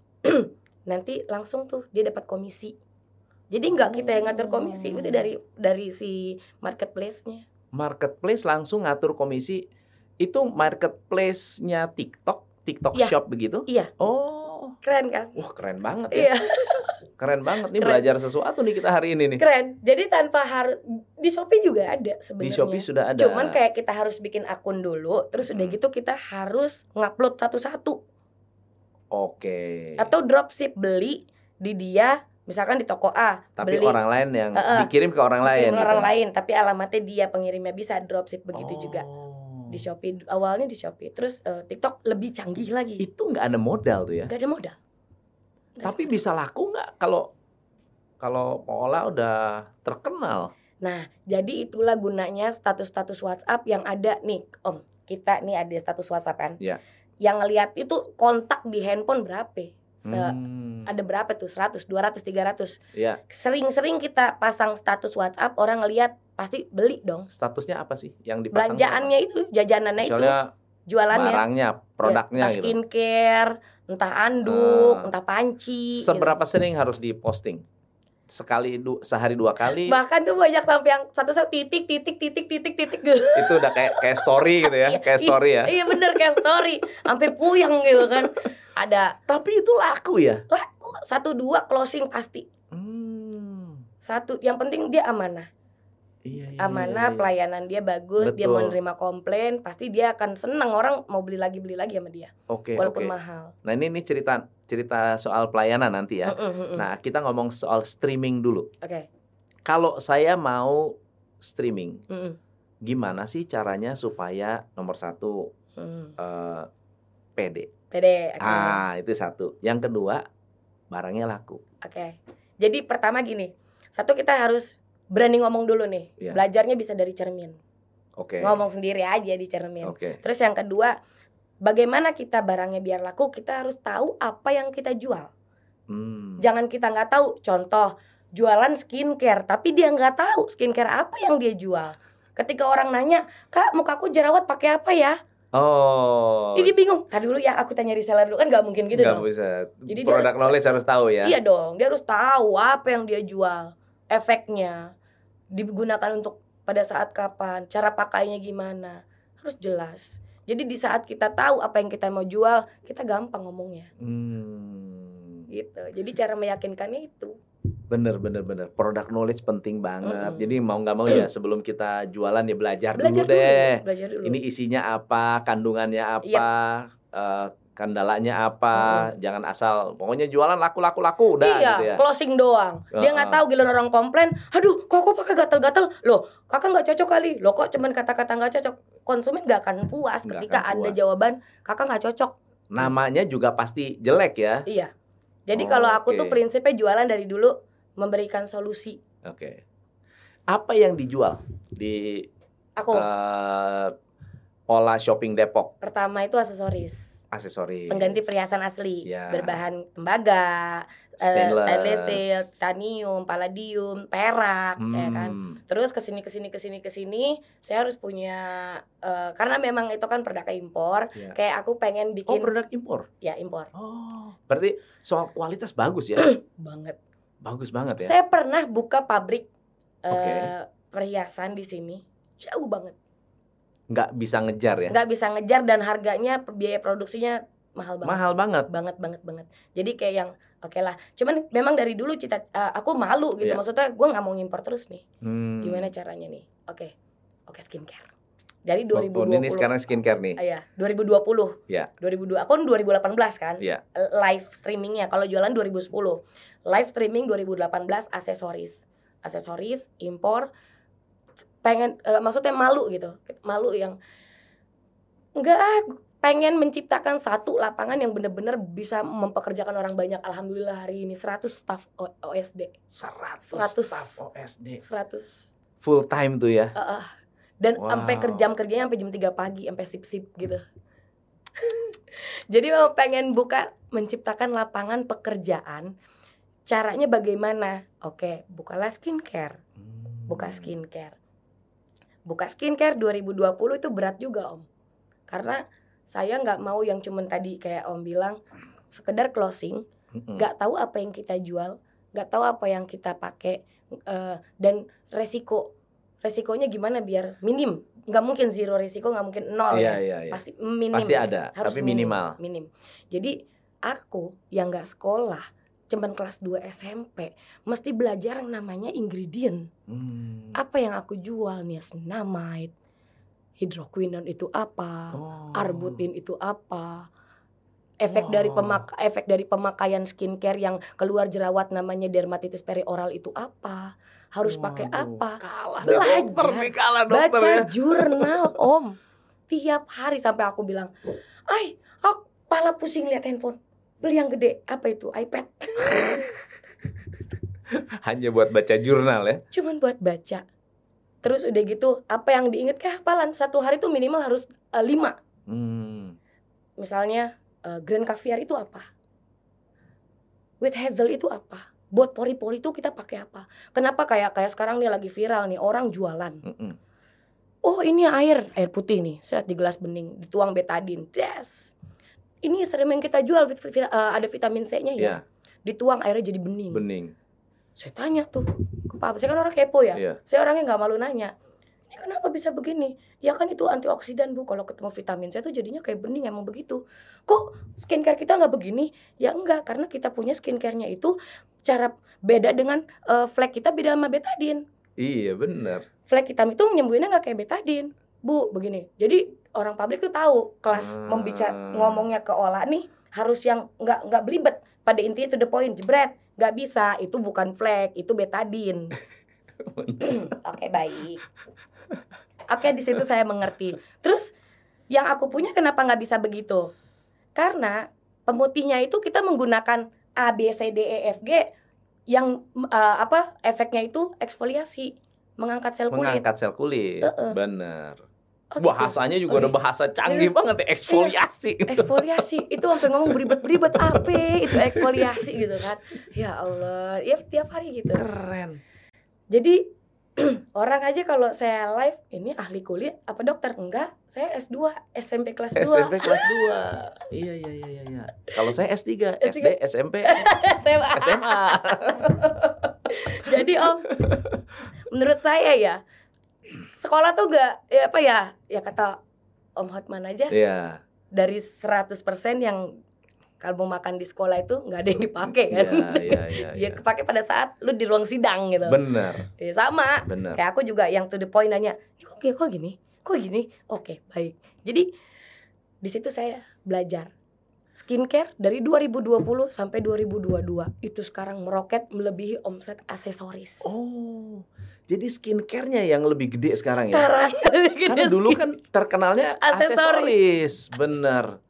Nanti langsung tuh dia dapat komisi. Jadi nggak kita yang ngatur komisi, itu dari dari si marketplace-nya. Marketplace langsung ngatur komisi. Itu marketplace-nya TikTok, TikTok Iya. Shop begitu? Iya, Oh, keren kan? wah keren banget ya. Iya. Keren banget nih, Keren. belajar sesuatu nih kita hari ini nih. Keren. Jadi tanpa harus di Shopee juga ada sebenarnya. Di Shopee sudah ada. Cuman kayak kita harus bikin akun dulu, terus udah Hmm. gitu kita harus ngupload satu-satu. Oke. Atau dropship, beli di dia, misalkan di toko A, Tapi beli orang lain yang Uh-uh. dikirim ke orang lain. kirim orang gitu. lain, tapi alamatnya dia pengirimnya, bisa dropship begitu Oh. juga di Shopee. Awalnya di Shopee, terus eh, TikTok lebih canggih lagi. Itu nggak ada modal tuh ya. Gak ada modal. Nggak Tapi ada bisa laku nggak kalau kalau Paula udah terkenal? Nah, jadi itulah gunanya status-status WhatsApp yang ada nih, Om. Kita nih ada status WhatsApp kan. Iya. Yang ngelihat itu kontak di handphone berapa? Se- Hmm. Ada berapa tuh? seratus, dua ratus, tiga ratus. Iya. Sering-sering kita pasang status WhatsApp, orang ngelihat pasti beli dong. Statusnya apa sih yang dipasang? Belanjaannya itu, jajanannya itu, Misalnya jualannya. barangnya, produknya Ya, entah gitu. skincare, entah anduk, Ah. entah panci. Seberapa sering harus diposting? Sekali, du- sehari dua kali? Gitu. Bahkan tuh banyak sampai yang satu-satu titik, titik, titik, titik, titik. Itu udah kayak kayak story gitu ya, Iya, kayak story ya. Iya bener, kayak story. Sampai puyeng gitu kan. Ada Tapi itu laku ya. laku satu dua closing pasti. Hmm. Satu, yang penting dia amanah. Iya, iya, Amanah, iya, iya. pelayanan dia bagus, dia mau Betul. nerima komplain, pasti dia akan senang, orang mau beli lagi beli lagi sama dia, Oke, walaupun oke. mahal. Nah ini ini cerita cerita soal pelayanan nanti ya. Mm-mm, mm-mm. Nah kita ngomong soal streaming dulu. Oke. Kalau saya mau streaming, Mm-mm, gimana sih caranya supaya nomor satu mm. eh, pede? Pede. Oke. Ah itu satu. Yang kedua barangnya laku. Oke. Jadi pertama gini, satu kita harus berani ngomong dulu nih. Iya. Belajarnya bisa dari cermin. Oke. Ngomong sendiri aja di cermin. Oke. Terus yang kedua, bagaimana kita barangnya biar laku, kita harus tahu apa yang kita jual. Hmm. Jangan kita nggak tahu. Contoh, jualan skincare, tapi dia nggak tahu skincare apa yang dia jual. Ketika orang nanya, Kak, mukaku jerawat pakai apa ya? Oh. Jadi bingung. Tadi dulu ya, aku tanya reseller dulu, kan nggak mungkin gitu Nggak dong. bisa. Jadi dia Product harus- knowledge harus tahu ya. Iya dong, dia harus tahu apa yang dia jual, efeknya, digunakan untuk pada saat kapan, cara pakainya gimana, harus jelas. Jadi di saat kita tahu apa yang kita mau jual, kita gampang ngomongnya, Hmm. gitu. Jadi cara meyakinkannya itu. Bener bener bener. Product knowledge penting banget. Mm-mm. Jadi mau nggak mau ya sebelum kita jualan ya belajar, Belajar dulu dulu, deh. belajar dulu. Ini isinya apa, kandungannya apa, eh, kandalanya apa. Jangan asal pokoknya jualan laku laku laku udah iya, gitu ya. closing doang. Dia nggak Uh-uh. tahu, giliran orang komplain, aduh, kok aku pakai gatal-gatal, loh, kakak nggak cocok kali, loh kok cuman kata-kata nggak cocok. Konsumen nggak akan puas Nggak ketika akan ada puas. jawaban kakak nggak cocok. Namanya juga pasti jelek ya. Iya. Jadi Oh, kalau aku oke. tuh prinsipnya jualan dari dulu memberikan solusi. Oke. Apa yang dijual di Aku eh, Pola Shopping Depok? pertama itu aksesoris. aksesoris. Pengganti perhiasan asli, Ya. berbahan tembaga, Stainless. uh, stainless steel, titanium, palladium, perak, Hmm. ya kan. Terus kesini kesini kesini kesini, saya harus punya uh, karena memang itu kan produk impor. Ya. Kayak aku pengen Oh, bikin, produk impor. ya impor. Oh, berarti soal kualitas bagus ya? Banget. Bagus banget ya. Saya pernah buka pabrik uh, Oke. perhiasan di sini, jauh banget. Nggak bisa ngejar ya? Nggak bisa ngejar dan harganya biaya produksinya mahal banget. Mahal banget. banget banget banget. Jadi kayak yang oke okay lah. Cuman memang dari dulu cita uh, aku malu gitu. Iya. Maksudnya gue nggak mau ngimpor terus nih. Hmm. Gimana caranya nih? Oke, okay. oke okay, skincare. Dari dua ribu dua puluh. Oh, ini sekarang skincare nih. Ah, iya, dua ribu dua puluh. Ya. dua ribu dua. Aku kan dua ribu delapan belas kan. Iya. Live streamingnya. Kalau jualan dua ribu sepuluh. Live streaming dua ribu delapan belas aksesoris. Aksesoris impor. Pengen uh, maksudnya malu gitu. Malu yang enggak ah, pengen menciptakan satu lapangan yang benar-benar bisa mempekerjakan orang banyak. Alhamdulillah hari ini seratus staff O S D. seratus, seratus staff O S D. seratus Full time tuh ya. Uh, uh. Dan Wow. sampai kerjam kerjanya sampai jam tiga pagi, sampai sip-sip gitu. Jadi mau pengen buka menciptakan lapangan pekerjaan. Caranya bagaimana? Oke, bukalah skincare. Buka skincare. Buka skincare dua ribu dua puluh itu berat juga, Om. Karena saya nggak mau yang cuman tadi kayak Om bilang sekedar closing, nggak tahu apa yang kita jual, nggak tahu apa yang kita pakai, uh, dan resiko resikonya gimana biar minim. Nggak mungkin zero resiko, nggak mungkin nol Iya, ya, iya, iya. pasti minim. Pasti ya. ada, Harus tapi minim, minimal. minim. Jadi aku yang nggak sekolah, cuman kelas dua S M P, mesti belajar yang namanya ingredient. Hmm. Apa yang aku jual, niacinamide, hidroquinone itu apa, Oh. arbutin itu apa, efek Wow. dari pemak efek dari pemakaian skincare yang keluar jerawat namanya dermatitis perioral itu apa, harus pakai Waduh, apa, kalah deh belajar, dokter nih, kalah dokter baca ya. jurnal, Om, tiap hari. Sampai aku bilang, ay, aku pala pusing lihat handphone, beli yang gede. Apa itu? iPad. Hanya buat baca jurnal ya. Cuman buat baca. Terus udah gitu, apa yang diinget kehafalan. Satu hari tuh minimal harus uh, lima. Hmm. Misalnya uh, Grand Caviar itu apa, With Hazel itu apa, buat pori-pori itu kita pakai apa. Kenapa kayak kayak sekarang nih lagi viral nih, orang jualan. Mm-mm. Oh ini air, air putih nih, set di gelas bening, dituang betadine, des. Ini serum yang kita jual, vit- vit- uh, ada vitamin C-nya ya. Yeah. Dituang airnya jadi bening. Bening. Saya tanya tuh ke papa, saya kan orang kepo ya. Iya. Saya orangnya nggak malu nanya. Ini kenapa bisa begini? Ya kan itu antioksidan Bu. Kalau ketemu vitamin C tuh jadinya kayak bening, emang begitu. Kok skincare kita nggak begini? Ya enggak, karena kita punya skincare-nya itu cara beda dengan uh, flek kita beda sama betadine. Iya benar. Flek hitam itu nyembuhinnya nggak kayak betadine, Bu. Begini. Jadi orang pabrik tuh tahu kelas Hmm. membicara ngomongnya ke Ola nih harus yang nggak nggak belibet. Pada intinya to the point, jebret. Nggak bisa, itu bukan flek, itu betadine. Oke, baik. Oke, di situ saya mengerti. Terus yang aku punya kenapa nggak bisa begitu? Karena pemutihnya itu kita menggunakan A, B, C, D, E, F, G yang uh, apa efeknya itu eksfoliasi, mengangkat sel kulit. Mengangkat sel kulit. Uh-uh. Bener. Oh, gitu. Bahasanya juga Oke. ada bahasa canggih Iya. banget ya, eksfoliasi. Eksfoliasi itu sampai ngomong beribet-beribet apa itu eksfoliasi gitu kan. Ya Allah, ya tiap hari gitu. Keren. Jadi orang aja kalau saya live, ini ahli kulit apa dokter? Enggak, saya S dua, S M P kelas S dua. M P kelas dua. Iya iya iya iya iya. Kalau saya S tiga, S S tiga. D, S M P, S M A. S M A. Jadi Om, menurut saya ya, sekolah tuh enggak ya apa ya? Ya kata Om Hotman aja, Iya. dari seratus persen yang kalau mau makan di sekolah itu nggak ada yang dipakai kan. Iya iya iya. Ya kepake pada saat lu di ruang sidang gitu. Bener. Ya, sama. Bener. Kayak aku juga yang to the point nanya, "Ini kok kok gini? Kok gini?" Oke, baik. Jadi di situ saya belajar skincare dari dua ribu dua puluh sampai dua ribu dua puluh dua. Itu sekarang meroket melebihi omset aksesoris. Oh, jadi skincare-nya yang lebih gede sekarang, ya? Sekarang. Karena dulu kan terkenalnya aksesoris. Bener.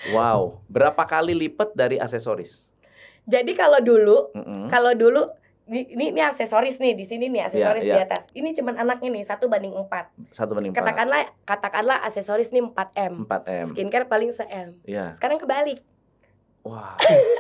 Wow, berapa kali lipat dari aksesoris? Jadi kalau dulu, Mm-mm. kalau dulu Ini, ini, ini aksesoris nih di sini nih aksesoris Iya, di iya. atas. Ini cuman anaknya nih satu banding empat. Satu banding empat. Katakanlah katakanlah aksesoris nih empat M. empat M. Skincare paling se-M. Iya. Sekarang kebalik. Wah.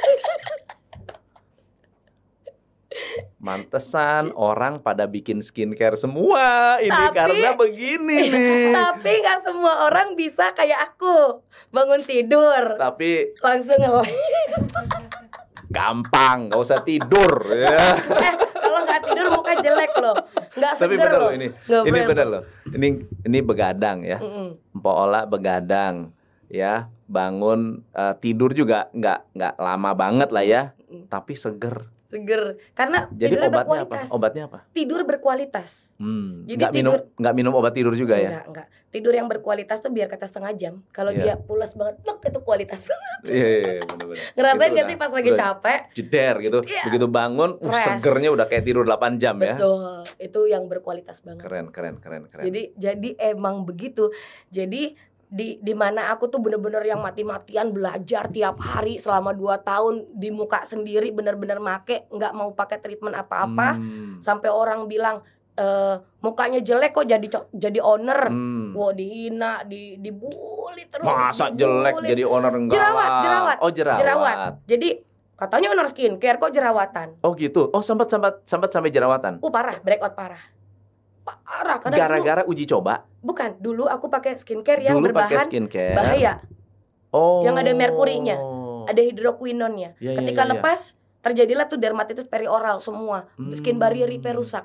Mantesan orang pada bikin skincare semua ini Tapi- karena begini nih. Tapi nggak semua orang bisa kayak aku bangun tidur Tapi langsung nge gampang, nggak usah tidur ya. eh kalau nggak tidur muka jelek loh, nggak Tapi seger bener loh. loh ini. Nggak Ini boleh bener tuh. loh. Ini ini begadang ya. Mm-mm. Mpok Ola begadang ya, bangun eh, tidur juga nggak nggak lama banget lah ya, Mm-mm. tapi seger. Seger karena Jadi tidurnya obatnya apa? berkualitas. Obatnya apa? Tidur berkualitas. Hmm, Jadi nggak minum tidur- nggak minum obat tidur juga ya? Enggak, enggak. Tidur yang berkualitas tuh biar kata setengah jam. Kalau Iya. dia pulas banget, lek itu kualitas banget. Iya, iya, iya, bener-bener. Ngerasain Itu gak udah- sih pas lagi udah capek? jeder gitu, Iya. begitu bangun, uh, Fresh. segernya udah kayak tidur delapan jam ya. Betul. Itu yang berkualitas banget. Keren, keren, keren, keren. Jadi jadi emang begitu. Jadi di di mana aku tuh bener-bener yang mati-matian belajar tiap hari selama dua tahun di muka sendiri bener-bener make, nggak mau pakai treatment apa-apa, Hmm, sampai orang bilang eh mukanya jelek kok jadi co- jadi owner. hmm. Wow, dihina, di dibully terus. Masa dibully. jelek jadi owner enggak Jerawat, lah. jerawat, Oh jerawat. jerawat. Jadi katanya owner skincare kok jerawatan. Oh gitu. Oh sempat sempat sempat sampai jerawatan. Uh parah, breakout parah. Parah karena dulu, Gara-gara uji coba. bukan, dulu aku pakai skincare yang Dulu pakai berbahan skincare. bahaya. Oh. yang ada merkurinya. Ada hidroquinonnya. Ya, ya, Ketika ya, ya. lepas terjadilah tuh dermatitis perioral semua. Hmm. Skin barrier repair rusak.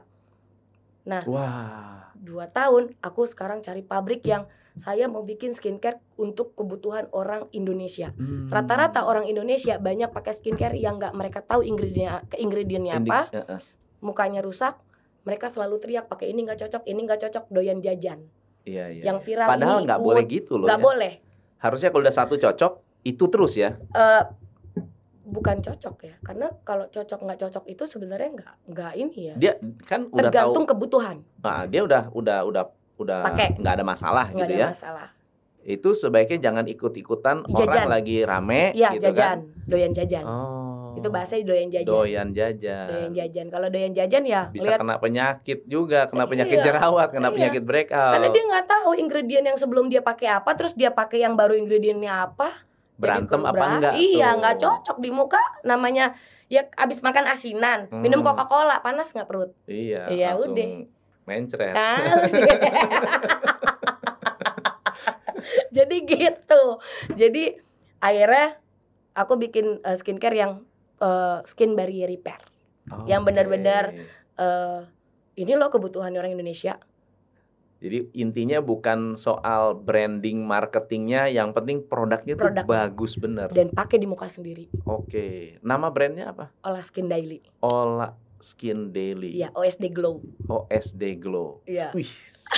Wah. Dua tahun aku sekarang cari pabrik yang saya mau bikin skincare untuk kebutuhan orang Indonesia. Hmm. Rata-rata orang Indonesia banyak pakai skincare yang nggak mereka tahu ingredientnya ke ingredientnya Indi- apa, ya, ya. mukanya rusak, mereka selalu teriak pakai ini nggak cocok, ini nggak cocok, doyan jajan. Iya, iya. Yang viral Padahal ini nggak ikut. boleh gitu loh. Nggak ya. boleh. Harusnya kalau udah satu cocok itu terus ya. Eh, bukan cocok ya, karena kalau cocok nggak cocok itu sebenarnya nggak nggak ini ya. Dia kan udah tahu. tergantung kebutuhan, Nah, dia udah udah udah udah Pakai. nggak ada masalah nggak gitu ada ya. masalah. Itu sebaiknya jangan ikut-ikutan orang Jajan. lagi rame Iya, gitu jajan, kan. doyan jajan. Oh. Itu bahasa doyan jajan. Doyan jajan. Doyan jajan. Kalau doyan jajan ya Bisa lihat, kena penyakit juga, kena penyakit Iya, jerawat, kena iya. penyakit breakout. karena dia nggak tahu ingredient yang sebelum dia pakai apa, terus dia pakai yang baru ingredientnya apa. Jadi Berantem apa kurang- enggak Iya, tuh? nggak cocok di muka. Namanya ya abis makan asinan, minum Hmm. Coca-Cola, panas nggak perut? Iya, Iya, langsung udah. mencret. Ah, jadi gitu. Jadi akhirnya aku bikin uh, skincare yang uh, skin barrier repair. yang Oke. benar-benar Uh, ini loh kebutuhan orang Indonesia. Jadi intinya bukan soal branding marketingnya, yang penting produknya tuh Produk. bagus bener. Dan pakai di muka sendiri. Oke, nama brandnya apa? Olah Skin Daily. Ola Skin Daily. Iya, O S D Glow. O S D Glow. Iya. Wih.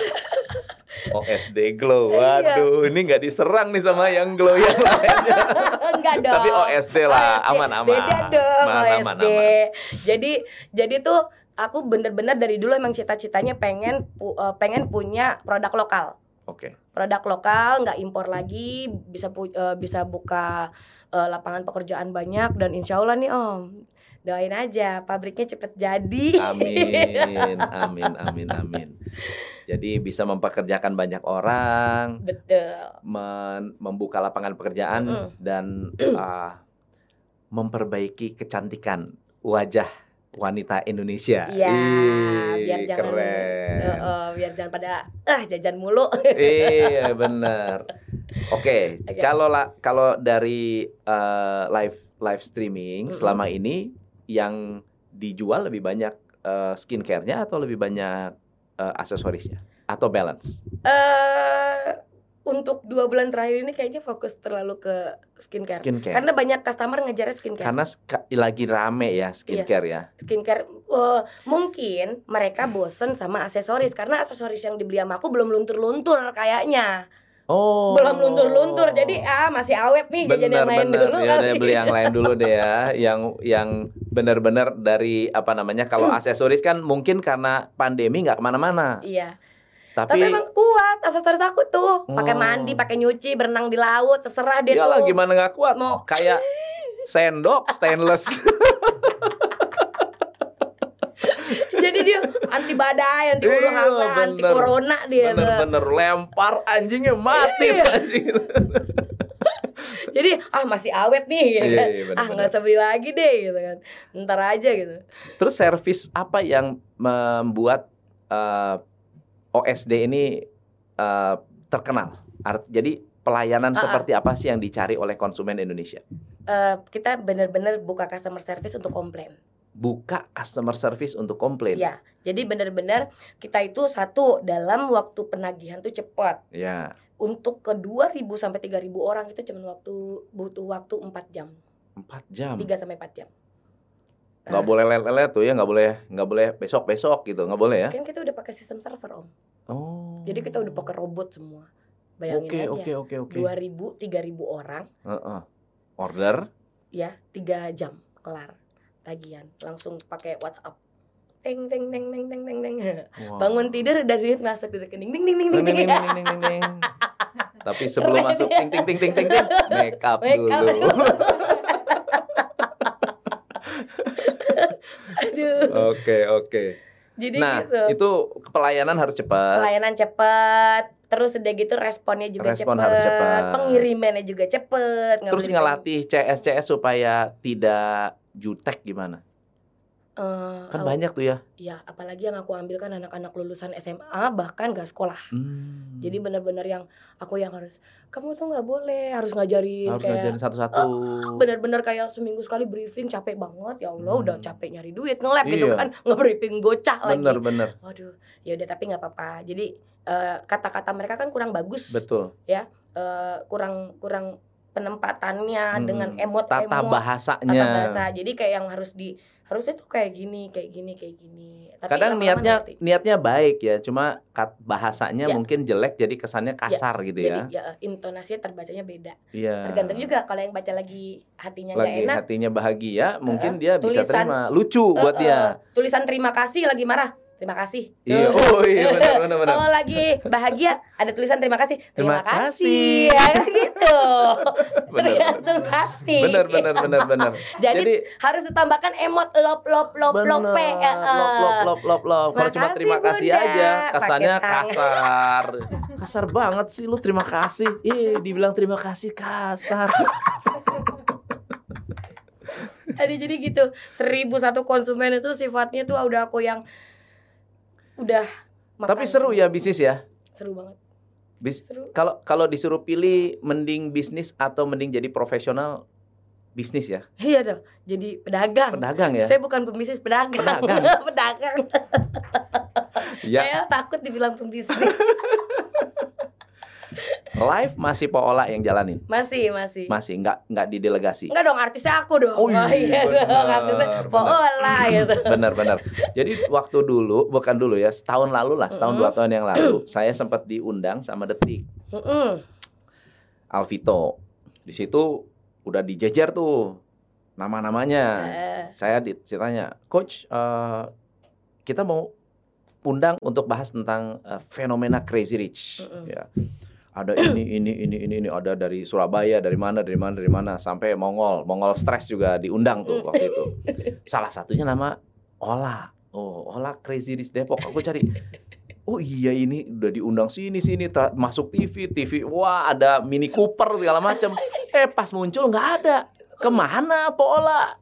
O S D Glow. Iya. Waduh, ini nggak diserang nih sama yang glow yang lainnya. Enggak dong. Tapi O S D lah, O S D. aman aman. Beda dong Aman, O S D. aman, aman. Jadi jadi tuh aku bener-bener dari dulu emang cita-citanya pengen pu- eh, pengen punya produk lokal. Oke. Produk lokal, nggak impor lagi, bisa pu- eh, bisa buka eh, lapangan pekerjaan banyak, dan insya Allah nih Om, doain aja pabriknya cepet jadi. Amin, amin, amin, amin. Jadi bisa mempekerjakan banyak orang, Betul. men- membuka lapangan pekerjaan, Mm-mm. dan uh, memperbaiki kecantikan wajah wanita Indonesia. Iya, Ih, biar jangan keren. eh, eh, biar jangan pada ah jajan mulu. Iya benar. Oke, Oke. kalau la- kalau dari uh, live live streaming Mm-mm. selama ini yang dijual lebih banyak uh, skincare-nya atau lebih banyak uh, aksesorisnya atau balance? Eh untuk dua bulan terakhir ini kayaknya fokus terlalu ke skincare. Skincare. Karena banyak customer ngejar skincare. Karena ska- lagi rame ya skincare ya. Skincare eh, mungkin mereka bosen sama aksesoris, karena aksesoris yang dibeli sama aku belum luntur-luntur kayaknya. Oh. Belum luntur-luntur. Jadi ah masih awet nih jajan yang lain Bener-bener. dulu Ya kali. udah beli yang lain dulu deh ya. Yang yang benar-benar dari apa namanya? Kalau aksesoris kan mungkin karena pandemi nggak kemana-mana. Iya. Tapi, Tapi emang kuat aksesoris aku tuh. Pakai Oh. mandi, pakai nyuci, berenang di laut, terserah dia ya tuh. lah gimana nggak kuat? Mau- Kayak sendok stainless. dia anti badai, anti huru hara, anti corona dia. Bener-bener lempar anjingnya mati Iya. anjing. Jadi ah masih awet nih gitu Iya, kan. iya, bener, Ah bener. nggak usah beli lagi deh gitu kan. Ntar aja gitu. Terus servis apa yang membuat uh, O S D ini uh, terkenal? Art- jadi pelayanan Ah, ah. seperti apa sih yang dicari oleh konsumen Indonesia? Eh, kita benar-benar buka customer service untuk komplain. Buka customer service untuk komplain. Ya, jadi benar-benar kita itu satu dalam waktu penagihan tuh cepat. Ya, Untuk ke dua ribu sampai tiga ribu orang itu cuma waktu butuh waktu empat jam. empat jam. tiga sampai empat jam. Nggak Nah, boleh lelet-lelet tuh ya, nggak boleh nggak boleh besok-besok gitu, nggak boleh ya? kan kita udah pakai sistem server, Om. Oh. Jadi kita udah pakai robot semua. Bayangin Oke, aja. oke, oke, oke. dua ribu, tiga ribu orang Heeh. Order. ya tiga jam kelar tagihan. Langsung pakai WhatsApp. Teng teng teng teng teng teng teng. Wow. Bangun tidur udah duit masuk di rekening. Ding ding ding Ding, ding. ding, ding. ding, ding, ding, ding. Tapi sebelum Keren masuk ya. ting ting ting ting ting ting, make up Make up dulu. Aduh. Oke, oke. Jadi Nah, gitu. itu pelayanan harus cepat. Pelayanan cepat, terus udah gitu responnya juga Respon cepet, harus cepat. pengirimannya juga cepet. Nggak Terus boleh ngelatih C S C S supaya tidak jutek gimana? Eh, Kan kalau- banyak tuh ya. Ya, apalagi yang aku ambil kan anak-anak lulusan S M A bahkan gak sekolah. Hmm. Jadi benar-benar yang aku yang harus, kamu tuh nggak boleh harus ngajarin harus kayak ngajarin satu-satu. benar-benar kayak seminggu sekali briefing, capek banget ya Allah. Hmm. Udah capek nyari duit nge-lab gitu Iya. kan, nge-briefing bocah lagi. Bener-bener. Waduh, ya udah tapi nggak apa-apa. Jadi eh, kata-kata mereka kan kurang bagus. Betul. Eh, kurang kurang penempatannya Hmm. dengan emot Tata emot bahasanya. tata bahasa. Jadi kayak yang harus di harusnya tuh kayak gini, kayak gini, kayak gini. Tapi Kadang lama-lama niatnya ngerti. niatnya baik ya, cuma kat, bahasanya Ya. mungkin jelek jadi kesannya kasar gitu Jadi ya. ya intonasinya terbacanya beda. Iya. Tergantung juga kalau yang baca lagi hatinya nggak Lagi enak. hatinya bahagia, mungkin Eh, dia bisa tulisan- terima. Lucu buat eh, dia. eh, tulisan terima kasih lagi marah. Terima kasih. Iya, oh iya benar benar benar. Kalau lagi bahagia ada tulisan terima kasih. Terima, Terima kasih. kasih. Ya kan gitu. Benar. Tergantung hati. Benar benar benar benar. Jadi, harus ditambahkan emot lop lop lop lop pe. eh, eh. lop lop lop lop lop. Kalau cuma Makasih, terima kasih Bunda. aja, kesannya Pakai tangan. kasar. Kasar banget sih lu terima kasih. Ih, dibilang terima kasih kasar. Ada jadi gitu. Seribu satu konsumen itu sifatnya tuh udah aku yang udah. Tapi makan. seru ya bisnis ya. Seru banget. Bis Seru. kalau kalau disuruh pilih mending bisnis atau mending jadi profesional, bisnis ya. Iya dong. Jadi pedagang. Pedagang ya. Saya bukan pembisnis, pedagang. Pedagang. Pedagang. Ya, Saya takut dibilang pembisnis. live masih Poola yang jalanin. Masih, masih. Masih nggak nggak di delegasi. Enggak dong, artisnya aku dong. Oh iya, benar, dong, artisnya benar. Poola gitu. Benar-benar. Jadi waktu dulu, bukan dulu ya, setahun lalu lah, setahun dua tahun yang lalu, saya sempat diundang sama Detik, Mm-mm. Alvito. Di situ udah dijejer tuh nama-namanya. Eh, Saya ditanya, Coach, eh, kita mau undang untuk bahas tentang eh, fenomena Crazy Rich. Mm-mm. Ya. Ada ini, ini, ini, ini, ini, ada dari Surabaya, dari mana, dari mana, dari mana, sampai Mongol, Mongol Stress juga diundang tuh waktu itu. Salah satunya nama Ola. Oh, Ola Crazy Rich Depok. Aku cari. Oh iya ini udah diundang sini sini ta- masuk T V, T V. Wah, ada Mini Cooper segala macam. Eh pas muncul nggak ada. Kemana Po Ola?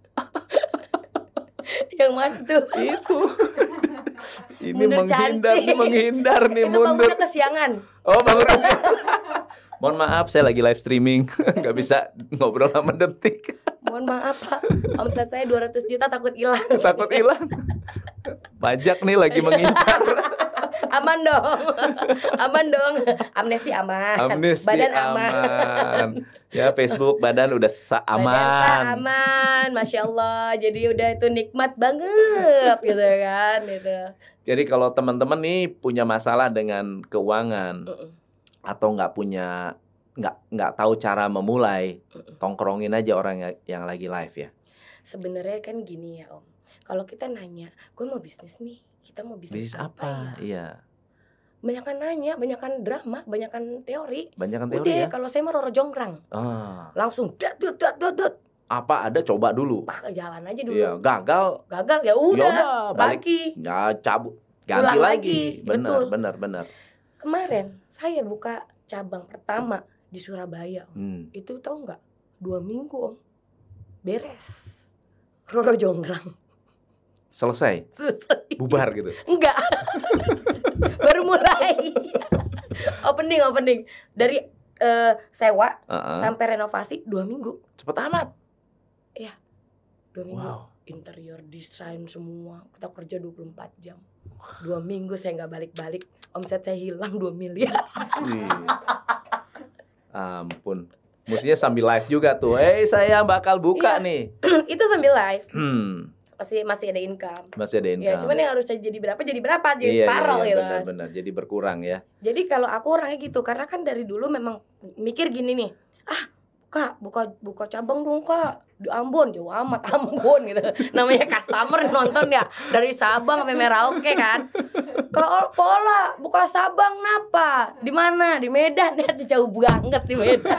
yang mana tuh? Itu. Ini Mundur menghindar, cantik. nih menghindar nih Itu mundur. bangunnya kesiangan. Oh bangun sih. Mohon maaf, saya lagi live streaming, nggak bisa ngobrol sama Detik. Mohon maaf Pak, omset saya dua ratus juta takut hilang. Takut hilang. Pajak nih lagi mengincar. Aman dong. Aman dong. Amnesti aman. Amnesti Badan aman. aman. Ya Facebook badan udah sa- Badan aman. sah aman. Masya Allah. Jadi udah itu nikmat banget gitu kan gitu. Jadi kalau teman-teman nih punya masalah dengan keuangan Mm-mm. atau nggak punya nggak nggak tahu cara memulai, Mm-mm. tongkrongin aja orang yang, yang lagi live ya. Sebenarnya kan gini ya Om. Kalau kita nanya, gue mau bisnis nih. Kita mau bisnis, Bisnis apa, apa? ya? Iya. Banyakan nanya, banyakan drama, banyakan teori. Banyak kan teori Udah, ya. kalau saya mah Roro Jonggrang. Ah. Langsung dat dat dat dat dat. Apa ada coba dulu. Pak jalan aja dulu. Iya, gagal. Gagal ya udah, Ya balik. lagi. Ya cabut, ganti Ulang lagi. lagi, Benar, betul. benar, benar. Kemarin saya buka cabang pertama di Surabaya. Om. Hmm. Itu tahu nggak? Dua minggu Om. Beres. Roro Jonggrang. Selesai, Selesai. bubar gitu. Enggak. Baru mulai. opening, opening. Dari eh, sewa Uh-uh. sampai renovasi dua minggu. Cepet amat. Dua minggu. Wow. Interior desain semua. Kita kerja dua puluh empat jam. Dua minggu saya nggak balik-balik. Omset saya hilang dua miliar. Wih. Ampun. Mestinya sambil live juga tuh. Eh, saya bakal buka Iya. nih. Itu sambil live. Hmm. Masih masih ada income. Masih ada income. Ya, cuman yang harusnya jadi berapa jadi berapa jadi iya, separuh iya, gitu. benar, benar. Jadi berkurang ya. Jadi kalau aku orangnya gitu karena kan dari dulu memang mikir gini nih. Ah, Kak, buka buka cabang dong, Kak. Di Ambon, jauh amat Ambon gitu. Namanya customer nonton ya dari Sabang sampai Merauke kan. Kalau pola buka Sabang napa? Di mana? Di Medan ya, jauh banget di Medan.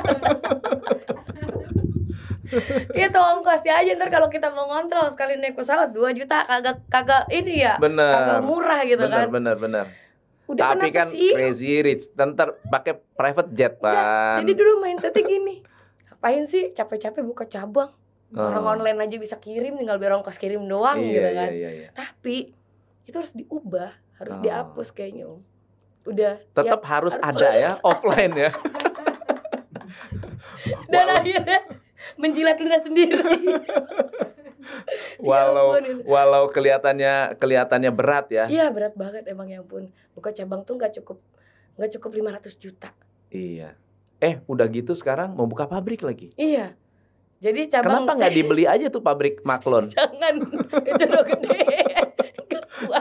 Itu ongkosnya aja ntar kalau kita mau ngontrol sekali naik pesawat dua juta kagak kagak ini ya. Benar. Kagak murah gitu Benar, kan. benar, benar. Udah Tapi kenapa kan sih? crazy rich, ntar pakai private jet, Enggak, Pan. jadi dulu mindsetnya gini. Ngapain sih capek-capek buka cabang? Orang Oh. online aja bisa kirim, tinggal biar ongkos kirim doang Iya, gitu iya, kan. iya, iya. Tapi itu harus diubah, harus Oh. dihapus kayaknya Om. Udah Tetap ya, harus harus- ada ya, offline ya. dan Walau- akhirnya menjilat lidah sendiri. Walau Ya ampun, itu. walau kelihatannya kelihatannya berat ya. Iya berat banget emang ya ampun. Buka cabang tuh nggak cukup nggak cukup lima ratus juta. Iya. Eh, udah gitu sekarang mau buka pabrik lagi. Iya. Jadi cabang Kenapa nggak dibeli aja tuh pabrik maklon? jangan itu udah gede. Nggak kuat.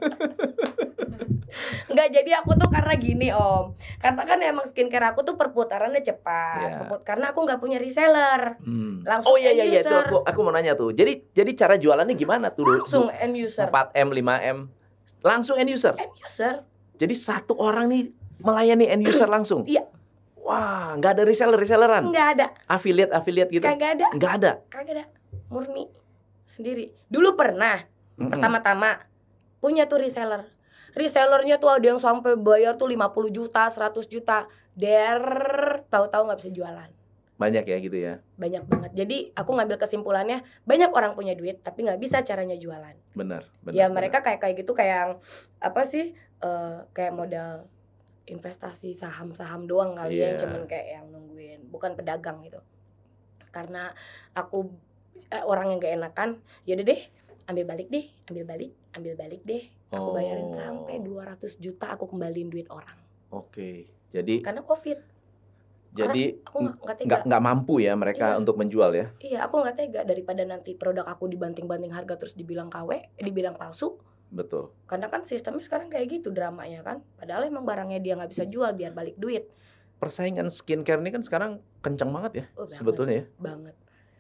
Nggak, jadi aku tuh karena gini Om. Karena kan emang skincare aku tuh perputarannya cepat. Iya. Perput- karena aku nggak punya reseller. Hmm. Langsung Oh iya iya iya end itu user. aku aku mau nanya tuh. Jadi jadi cara jualannya gimana tuh? Langsung end user. empat M, lima M. Langsung end user. End user. Jadi satu orang nih melayani end user langsung. Iya. Wah, nggak ada reseller reselleran. Nggak ada. Affiliate affiliate gitu. Kagak ada. Nggak ada. Kagak ada. Murni sendiri. Dulu pernah. Mm-mm. Pertama-tama punya tuh reseller. Resellernya tuh ada yang sampai bayar tuh lima puluh juta, seratus juta. Der, tahu-tahu nggak bisa jualan. Banyak ya gitu ya. Banyak banget. Jadi aku ngambil kesimpulannya banyak orang punya duit tapi nggak bisa caranya jualan. Benar, benar. Ya benar. mereka kayak kayak gitu kayak yang apa sih? eh, kayak modal investasi saham-saham doang kali ya, Iya. cuman kayak yang nungguin, bukan pedagang gitu. Karena aku eh, orang yang gak enakan, yaudah deh, ambil balik deh, ambil balik, ambil balik deh. Aku bayarin Oh. sampai dua ratus juta aku kembaliin duit orang. Oke. Jadi Karena Covid. jadi Aku nggak nggak tega. nggak nggak mampu ya mereka Iya. untuk menjual ya. Iya, aku nggak tega daripada nanti produk aku dibanting-banting harga terus dibilang K W, eh, dibilang palsu. Betul. Karena kan sistemnya sekarang kayak gitu dramanya kan. Padahal emang barangnya dia nggak bisa jual biar balik duit. Persaingan skincare ini kan sekarang kencang banget ya Oh, banget. sebetulnya ya. Banget.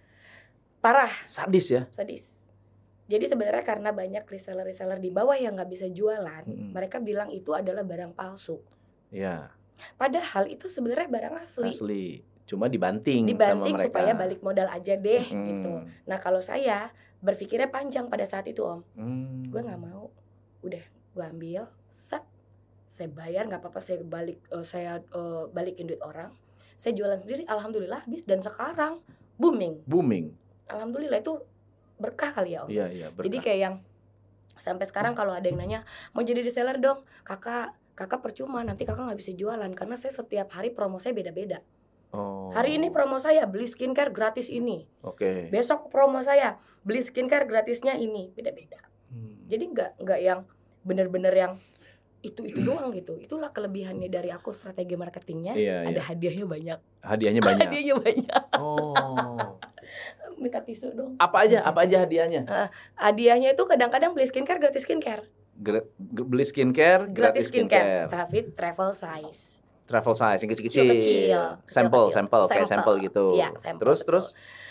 Parah, Sadis ya. sadis. Jadi sebenarnya karena banyak reseller-reseller di bawah yang nggak bisa jualan, Mm-mm. mereka bilang itu adalah barang palsu. Ya, Padahal itu sebenarnya barang asli. asli. Cuma dibanting, Dibanting sama mereka. supaya balik modal aja deh Hmm. gitu. Nah kalau saya berpikirnya panjang pada saat itu Om. Hmm. Gue nggak mau. Udah, gue ambil, set, saya bayar nggak apa-apa, saya balik, eh, saya eh, balikin duit orang. Saya jualan sendiri, alhamdulillah habis dan sekarang booming. Booming. Alhamdulillah itu berkah kali ya Om. Iya, iya, berkah. Jadi kayak yang sampai sekarang kalau ada yang nanya mau jadi reseller dong, kakak, kakak percuma nanti kakak nggak bisa jualan karena saya setiap hari promo saya beda-beda. Oh. Hari ini promo saya beli skincare gratis ini, Oke. besok promo saya beli skincare gratisnya ini, beda-beda. Hmm. Jadi nggak nggak yang bener-bener yang itu itu doang gitu. Itulah kelebihannya dari aku, strategi marketingnya. Iya, ada iya. hadiahnya banyak. Hadiahnya banyak. Hadiahnya banyak. Oh. Minta tisu dong. Apa aja? Apa aja hadiahnya? Hadiahnya itu kadang-kadang beli skincare gratis skincare. Gra- g- beli skincare, Gratis gratis skincare, skincare. tapi travel size. Travel size yang kecil-kecil. Kecil-kecil, Sampel, kecil-kecil. sampel, kayak Sampel. sampel gitu. Iya, sampel, Terus, betul. terus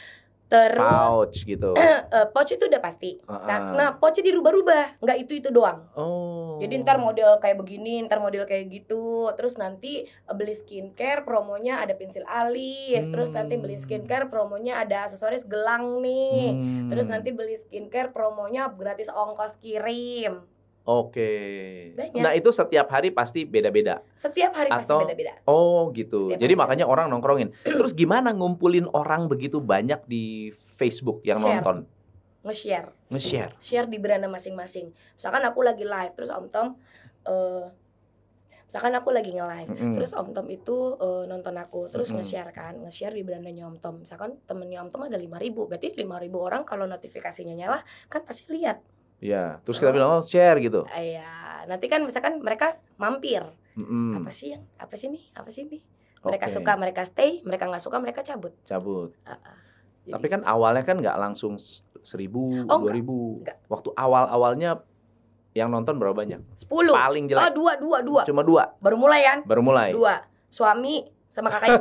Terus pouch gitu. uh, pouch itu udah pasti. Uh-uh. Nah, nah pouchnya dirubah-rubah, nggak itu itu doang. Oh. Jadi ntar model kayak begini, ntar model kayak gitu. Terus nanti uh, beli skincare, promonya ada pensil alis. Hmm. Terus nanti beli skincare, promonya ada aksesoris gelang nih. Hmm. Terus nanti beli skincare, promonya gratis ongkos kirim. Oke. Banyak. Nah itu setiap hari pasti beda-beda. Setiap hari pasti Atau- beda-beda. Oh gitu. Setiap Jadi hari makanya orang nongkrongin. Terus gimana ngumpulin orang begitu banyak di Facebook yang Share. nonton? Nge-share. Nge-share. Share di beranda masing-masing. Misalkan aku lagi live, terus Om Tom uh, misalkan aku lagi nge-live, Mm-mm. terus Om Tom itu uh, nonton aku, terus Mm-mm. nge-share kan, nge-share di berandanya Om Tom. Misalkan temennya Om Tom ada lima ribu, berarti lima ribu orang kalau notifikasinya nyala kan pasti lihat. Ya. Terus kita Oh. bilang oh share gitu. Iya, nanti kan misalkan mereka mampir. Mm-mm. Apa sih yang apa sih nih? Apa sih nih? Mereka Oke. suka, mereka stay, mereka nggak suka, mereka cabut. Cabut. Uh-uh. Jadi- Tapi kan awalnya kan nggak langsung s- seribu, Oh, dua ribu. enggak. Waktu awal-awalnya yang nonton berapa banyak? sepuluh. Paling Oh, jelek dua, dua, dua. cuma dua. Baru mulai kan? Baru mulai. Dua. Suami sama kakaknya.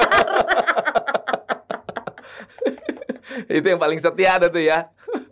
Itu yang paling setia ada tuh ya.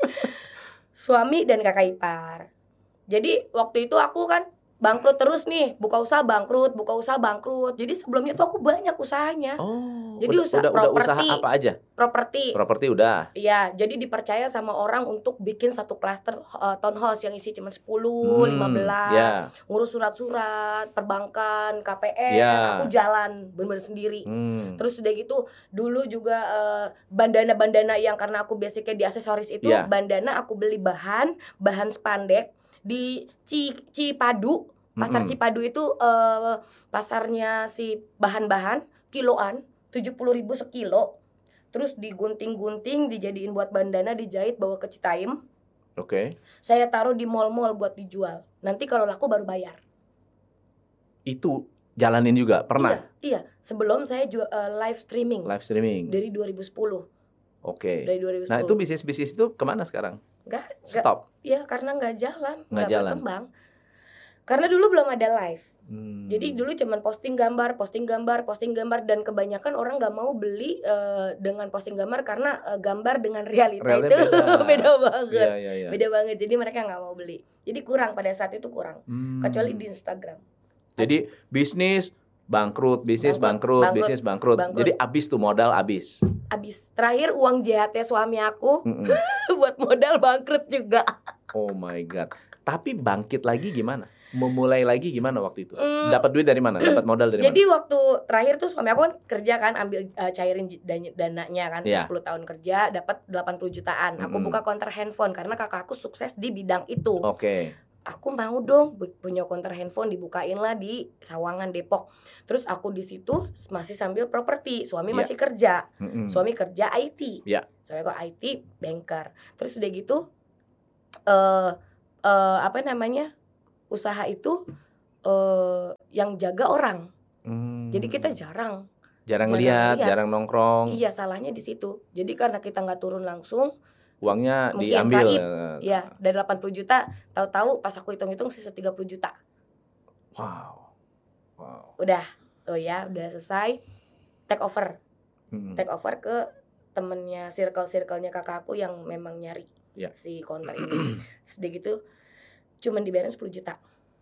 Suami dan kakak ipar. Jadi waktu itu aku kan bangkrut terus nih, buka usaha bangkrut, buka usaha bangkrut. Jadi sebelumnya tuh aku banyak usahanya. Oh. Jadi udah, usaha udah, udah usaha properti. apa aja? Properti. Properti udah. Iya, jadi dipercaya sama orang untuk bikin satu klaster uh, townhouse yang isi cuma sepuluh, Hmm, lima belas. ya. Ngurus surat-surat, perbankan, K P R, Ya. aku jalan bener-bener sendiri. Hmm. Terus udah gitu dulu juga uh, bandana-bandana yang karena aku basicnya di aksesoris itu, Ya. bandana aku beli bahan, bahan spandek di Ci Cipadu. Pasar Mm-mm. Cipadu itu uh, pasarnya si bahan-bahan kiloan tujuh puluh ribu sekilo. Terus digunting-gunting, dijadiin buat bandana, dijahit bawa ke Citaim. Oke. Saya taruh di mall-mall buat dijual. Nanti kalau laku baru bayar. Itu jalanin juga pernah Iya, iya. Sebelum saya jual uh, live streaming live streaming. dari dua ribu sepuluh. Oke. Dari dua ribu sepuluh. Nah, itu bisnis-bisnis itu kemana sekarang? Enggak, enggak. Stop. Iya, karena nggak jalan, Nggak nggak jalan. berkembang. Karena dulu belum ada live. Hmm. Jadi dulu cuman posting gambar, posting gambar, posting gambar, dan kebanyakan orang nggak mau beli uh, dengan posting gambar karena uh, gambar dengan realita Realnya itu beda. beda banget, Iya, iya, iya. beda banget. Jadi mereka nggak mau beli. Jadi kurang pada saat itu kurang, Hmm. kecuali di Instagram. Jadi bisnis bangkrut, bisnis Bangkrut, bangkrut, bangkrut, bisnis bangkrut. bangkrut. Jadi abis tuh modal abis. Abis terakhir uang jahatnya suami aku Mm-mm. buat modal bangkrut juga. Oh my god. Tapi bangkit lagi gimana? Memulai lagi gimana waktu itu? Hmm. Dapat duit dari mana? Dapat modal dari Jadi mana? waktu terakhir tuh suami aku kan kerja kan, ambil uh, cairin j- dan- dananya kan, Iya. sepuluh tahun kerja dapat delapan puluh jutaan. Aku Mm-mm. buka konter handphone karena kakakku sukses di bidang itu. Oke. Aku mau dong bu- punya konter handphone, dibukain lah di Sawangan, Depok. Terus aku di situ masih sambil properti. Suami Iya. masih kerja. Mm-mm. Suami kerja I T. Iya. Suami aku I T banker. Terus udah gitu eh eh, apa namanya? Usaha itu eh yang jaga orang. Hmm. Jadi kita jarang. jarang jarang lihat, lihat. jarang nongkrong. Iya, salahnya di situ. Jadi karena kita nggak turun langsung, Uangnya Mungkin diambil. raib. ya dari delapan puluh juta, tahu-tahu pas aku hitung-hitung sisa tiga puluh juta. Wow. Wow. Udah, oh ya, udah selesai. Take over, Mm-mm. take over ke temennya, circle-circle-nya kakak aku yang memang nyari Ya. si konter ini. Terus udah gitu, cuman dibayarin sepuluh juta,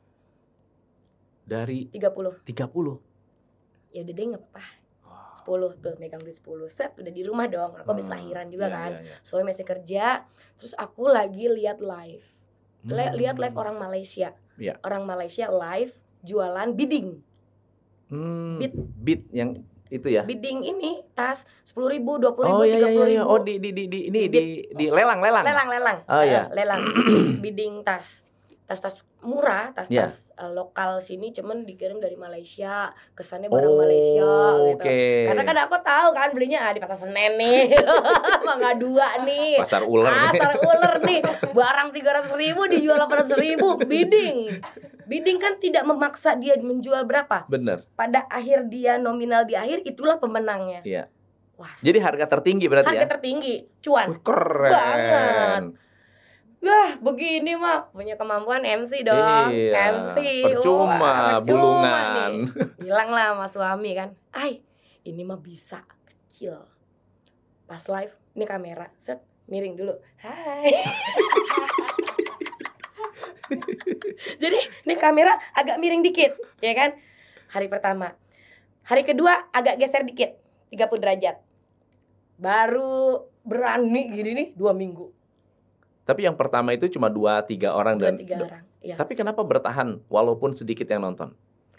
Dari tiga puluh. tiga puluh. Ya udah deh, nggak apa-apa. Wow. sepuluh tuh, megang duit sepuluh. Set, udah di rumah dong. Aku habis Ah, lahiran juga iya, kan. iya, iya. Soalnya masih kerja. Terus aku lagi lihat live. Le- Hmm. lihat live orang Malaysia. Iya. Orang Malaysia live jualan bidding. Hmm. Bid. Bid yang itu ya. Bidding ini tas sepuluh ribu, dua puluh ribu, Oh iya tiga iya puluh iya. ribu. Oh di di di, di ini Di di di lelang lelang. lelang lelang. Oh, Eh, iya. lelang. Bidding tas. Tas-tas murah, tas-tas eh, lokal sini cuman dikirim dari Malaysia. Kesannya barang Oh, Malaysia gitu. Oke. Karena kan aku tahu kan belinya ah, di Pasar Senen nih. Mangga dua nih. Pasar ular nih. Pasar ular nih. Barang tiga ratus ribu dijual delapan ratus ribu. Bidding. Bidding kan tidak memaksa dia menjual berapa. Bener. Pada akhir dia nominal di akhir, itulah pemenangnya. Iya. Wah, Jadi harga tertinggi berarti harga ya. tertinggi, cuan. Wih, keren. Banget. Wah, begini mah punya kemampuan M C dong. Iya. M C. Percuma, Wah, percuma bulungan. nih. Bilang lah sama suami kan, "Ay, ini mah bisa kecil." Pas live Ini kamera, set, miring dulu. Hai. Jadi ini kamera agak miring dikit, ya kan? Hari pertama. Hari kedua agak geser dikit, tiga puluh derajat. Baru berani gini nih dua minggu. Tapi yang pertama itu cuma dua tiga orang Dua dan tiga orang. Ya. Tapi kenapa bertahan walaupun sedikit yang nonton?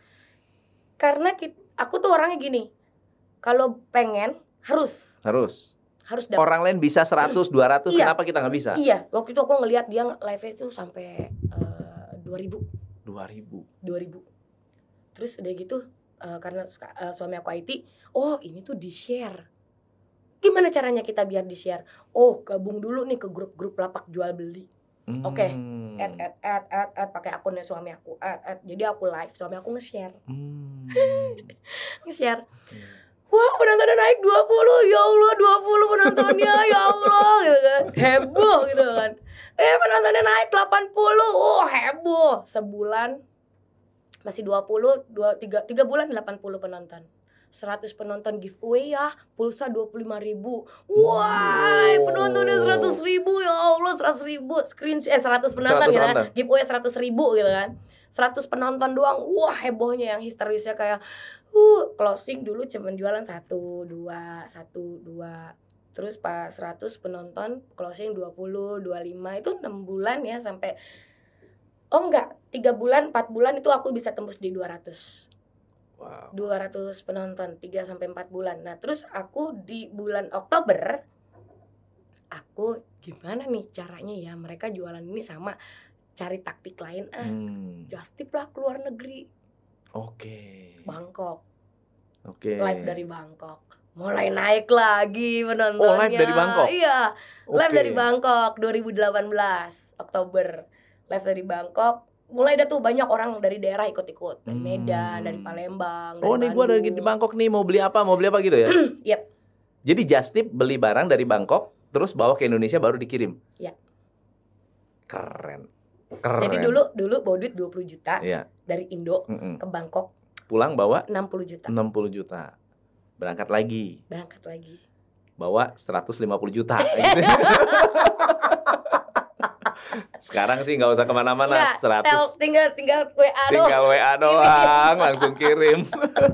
Karena kita, aku tuh orangnya gini. Kalau pengen harus Harus. harus dapat. Orang lain bisa seratus, dua ratus, Iya. kenapa kita nggak bisa? Iya, waktu itu aku ngelihat dia live-nya itu sampai uh, dua ribu. dua ribu. dua ribu. Terus udah gitu uh, karena uh, suami aku I T, oh ini tuh di-share. Gimana caranya kita biar di-share? Oh, gabung dulu nih ke grup-grup lapak jual beli. Hmm. Oke. Add add add add add pakai akunnya suami aku. Add add. Jadi aku live, suami aku nge-share. Hmm. Nge-share. Wah, penontonnya naik dua puluh. Ya Allah, dua puluh penontonnya. Ya Allah, gitu kan. Heboh gitu kan. Eh, penontonnya naik delapan puluh. Oh, heboh. Sebulan masih dua puluh, dua, tiga, tiga bulan delapan puluh penonton. seratus penonton giveaway ya, pulsa dua puluh lima ribu. Wah, penontonnya seratus ribu, ya Allah, seratus ribu. Screen eh seratus penonton ya, kan? Giveaway seratus ribu gitu kan. seratus penonton doang. Wah, hebohnya yang histerisnya kayak uh, closing dulu cuma jualan satu, dua, satu, dua. Terus pas seratus penonton closing dua puluh, dua puluh lima. Itu enam bulan ya sampai oh enggak, tiga bulan, empat bulan itu aku bisa tembus di dua ratus. Wow. dua ratus penonton tiga sampai empat bulan. Nah, terus aku di bulan Oktober aku gimana nih caranya ya mereka jualan ini sama cari taktik lain ah. Hmm. Just tip lah keluar negeri. Oke. Okay. Bangkok. Oke. Okay. Live dari Bangkok. Mulai naik lagi penontonnya. Oh, live dari Bangkok. Iya. Okay. Live dari Bangkok dua ribu delapan belas Oktober. Live dari Bangkok. Mulai dah tuh banyak orang dari daerah ikut-ikut. Dari Medan, hmm. dari Palembang, oh, dari nih gue lagi di Bangkok nih, mau beli apa, mau beli apa gitu ya? Yep. Jadi just tip beli barang dari Bangkok, terus bawa ke Indonesia baru dikirim? Iya. Keren. Keren. Jadi dulu dulu bawa duit dua puluh juta ya. Dari Indo Mm-mm. ke Bangkok. Pulang bawa? enam puluh juta. enam puluh juta. Berangkat lagi. Berangkat lagi. Bawa seratus lima puluh juta. Sekarang sih nggak usah kemana-mana, seratus tinggal tinggal W A doang. Tinggal W A doang, langsung kirim.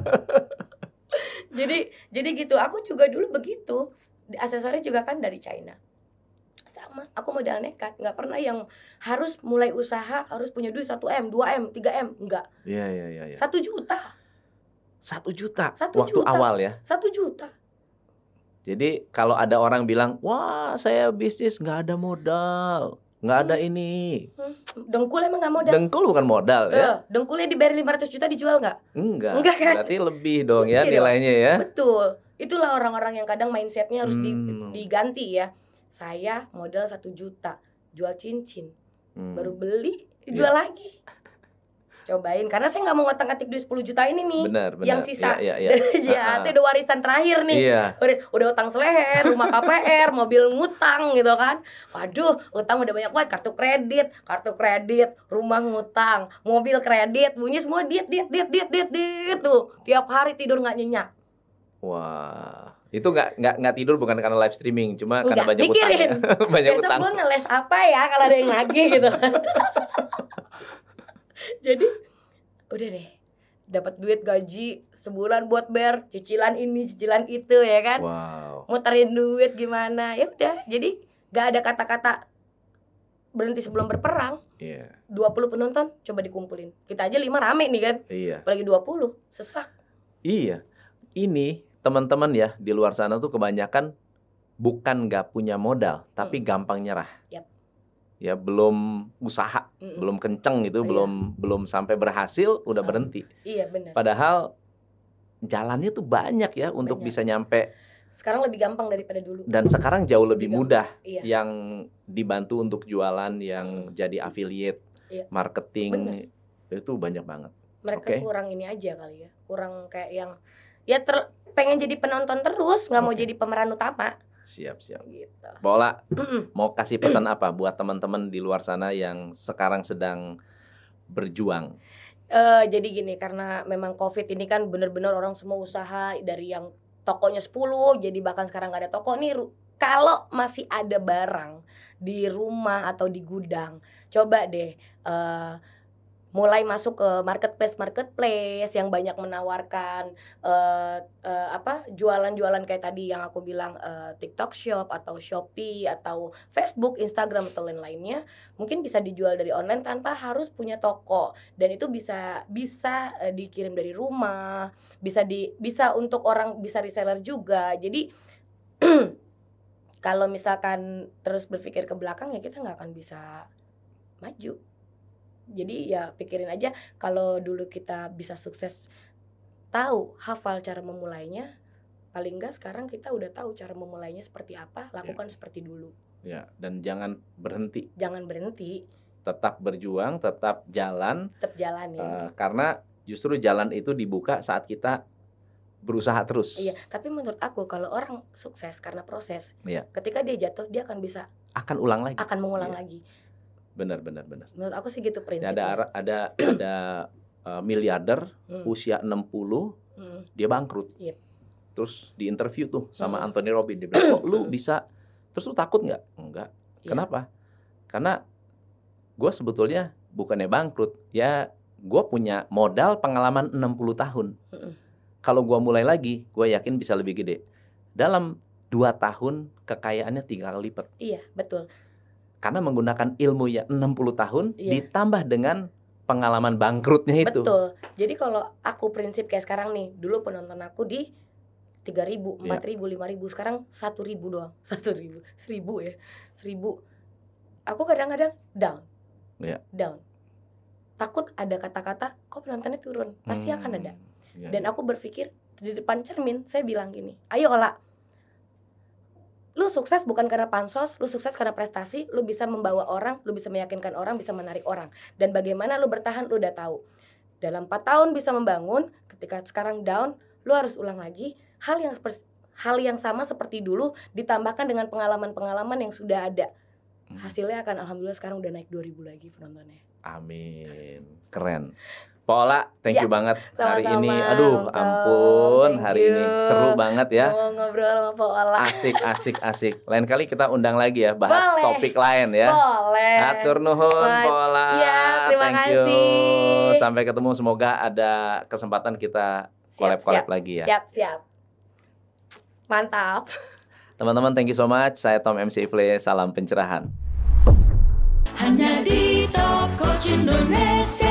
jadi jadi gitu. Aku juga dulu begitu. Aksesoris juga kan dari China. Sama, aku modal nekat, nggak pernah yang harus mulai usaha harus punya duit satu M, dua M, tiga M, enggak. Iya iya iya. Ya. satu juta. satu juta. Satu waktu juta. awal ya. satu juta. Jadi kalau ada orang bilang, wah saya bisnis nggak ada modal, nggak ada ini. Hmm. Dengkul emang nggak modal? Dengkul bukan modal ya? Uh, dengkulnya dibayar lima ratus juta dijual nggak? Enggak. Enggak kan? Berarti lebih dong ya lebih nilainya dong. ya? Betul. Itulah orang-orang yang kadang mindsetnya harus hmm. diganti ya. Saya modal satu juta, jual cincin, hmm. baru beli, jual yeah. lagi. Cobain, karena saya nggak mau ngotak-ngatik duit sepuluh juta ini nih. Benar, benar. Yang sisa ya, ya, ya. ya, itu udah warisan terakhir nih. Iya. Udah, udah utang seleher, rumah K P R, mobil ngutang gitu kan. Waduh, utang udah banyak banget, kartu kredit, kartu kredit, rumah ngutang, mobil kredit, bunyi semua diet, diet, diet, diet, diet, diet tuh. Tiap hari tidur nggak nyenyak. Wah, itu nggak nggak nggak tidur bukan karena live streaming, cuma karena Enggak, banyak mikirin. utang. Ya. Banyak besok utang. gue ngeles apa ya kalau ada yang lagi gitu. Jadi udah deh, dapat duit gaji sebulan buat bayar cicilan ini, cicilan itu ya kan. Wow. Muterin duit gimana? Ya udah, jadi nggak ada kata-kata berhenti sebelum berperang. Iya. Yeah. dua puluh penonton coba dikumpulin. Kita aja lima rame nih kan. Iya. Apalagi dua puluh, sesak. Iya. Ini teman-teman ya di luar sana tuh kebanyakan bukan nggak punya modal, tapi hmm. gampang nyerah. Yep. Ya belum usaha, Mm-mm. belum kenceng gitu, oh, belum iya. belum sampai berhasil udah oh. berhenti. Iya benar. Padahal jalannya tuh banyak ya untuk banyak. Bisa nyampe. Sekarang lebih gampang daripada dulu. Dan sekarang jauh lebih, lebih mudah. Iya. Yang dibantu untuk jualan, yang jadi affiliate, iya. marketing, bener. Itu banyak banget. Mereka okay. kurang ini aja kali ya, kurang kayak yang ya ter, pengen jadi penonton terus, nggak okay. mau jadi pemeran utama. Siap, siap. Gitu. Bola, mau kasih pesan apa buat teman-teman di luar sana yang sekarang sedang berjuang? Uh, jadi gini, karena memang COVID ini kan benar-benar orang semua usaha dari yang tokonya sepuluh, jadi bahkan sekarang nggak ada toko nih, Kalau masih ada barang di rumah atau di gudang, coba deh uh, mulai masuk ke marketplace-marketplace yang banyak menawarkan uh, uh, apa jualan-jualan kayak tadi yang aku bilang, uh, TikTok Shop atau Shopee atau Facebook, Instagram atau lain-lainnya, mungkin bisa dijual dari online tanpa harus punya toko, dan itu bisa bisa uh, dikirim dari rumah, bisa di bisa untuk orang, bisa reseller juga. Jadi kalau misalkan terus berpikir ke belakang ya kita nggak akan bisa maju. Jadi ya pikirin aja, kalau dulu kita bisa sukses, tahu, hafal cara memulainya, paling enggak sekarang kita udah tahu cara memulainya seperti apa, lakukan ya. Seperti dulu. Ya, dan jangan berhenti. Jangan berhenti. Tetap berjuang, tetap jalan. Tetap jalan ya. Uh, karena justru jalan itu dibuka saat kita berusaha terus. Iya, tapi menurut aku kalau orang sukses karena proses, ya. Ketika dia jatuh dia akan bisa. Akan ulang lagi. Akan mengulang ya. lagi. Benar, benar, benar. Menurut aku sih gitu prinsipnya. Ada ada ada uh, miliarder hmm. usia enam puluh hmm. dia bangkrut. Yep. Terus di interview tuh sama hmm. Anthony Robbins, dia bilang, "Kok lu bisa?" Terus lu takut nggak? Enggak. Yeah. Kenapa? Karena gue sebetulnya bukannya bangkrut, ya gue punya modal pengalaman enam puluh tahun. Hmm. Kalau gue mulai lagi, gue yakin bisa lebih gede. Dalam dua tahun kekayaannya tiga kali lipat. Iya, betul. Karena menggunakan ilmu ya enam puluh tahun, iya. ditambah dengan pengalaman bangkrutnya itu. Betul. Jadi kalau aku prinsip kayak sekarang nih, dulu penonton aku di tiga ribu, empat ribu, lima ribu, sekarang satu ribu doang. satu ribu, seribu ya, seribu. Aku kadang-kadang down, ya. down. Takut ada kata-kata, kok penontonnya turun, pasti hmm. akan ada. Ya, Dan ya. aku berpikir, di depan cermin, saya bilang gini, ayo Ola, lu sukses bukan karena pansos, lu sukses karena prestasi, lu bisa membawa orang, lu bisa meyakinkan orang, bisa menarik orang. Dan bagaimana lu bertahan, lu udah tahu. Dalam empat tahun bisa membangun, ketika sekarang down, lu harus ulang lagi. Hal yang seperti, hal yang sama seperti dulu, ditambahkan dengan pengalaman-pengalaman yang sudah ada. Hasilnya akan alhamdulillah sekarang udah naik dua ribu lagi penontonnya. Amin. Keren. Paula, thank ya, you banget hari sama-sama, ini. Aduh, ampun, hari you. ini seru banget ya. Mau ngobrol sama Paula. Asik, asik, asik. Lain kali kita undang lagi ya, bahas Boleh. topik lain ya. Boleh. Atur nuhun, Paula. Ya, terima thank kasih. you. Sampai ketemu, semoga ada kesempatan kita collab-collab lagi ya. Siap, siap. Mantap. Teman-teman, thank you so much. Saya Tom M C Ifle, salam pencerahan. Hanya di Top Coach Indonesia.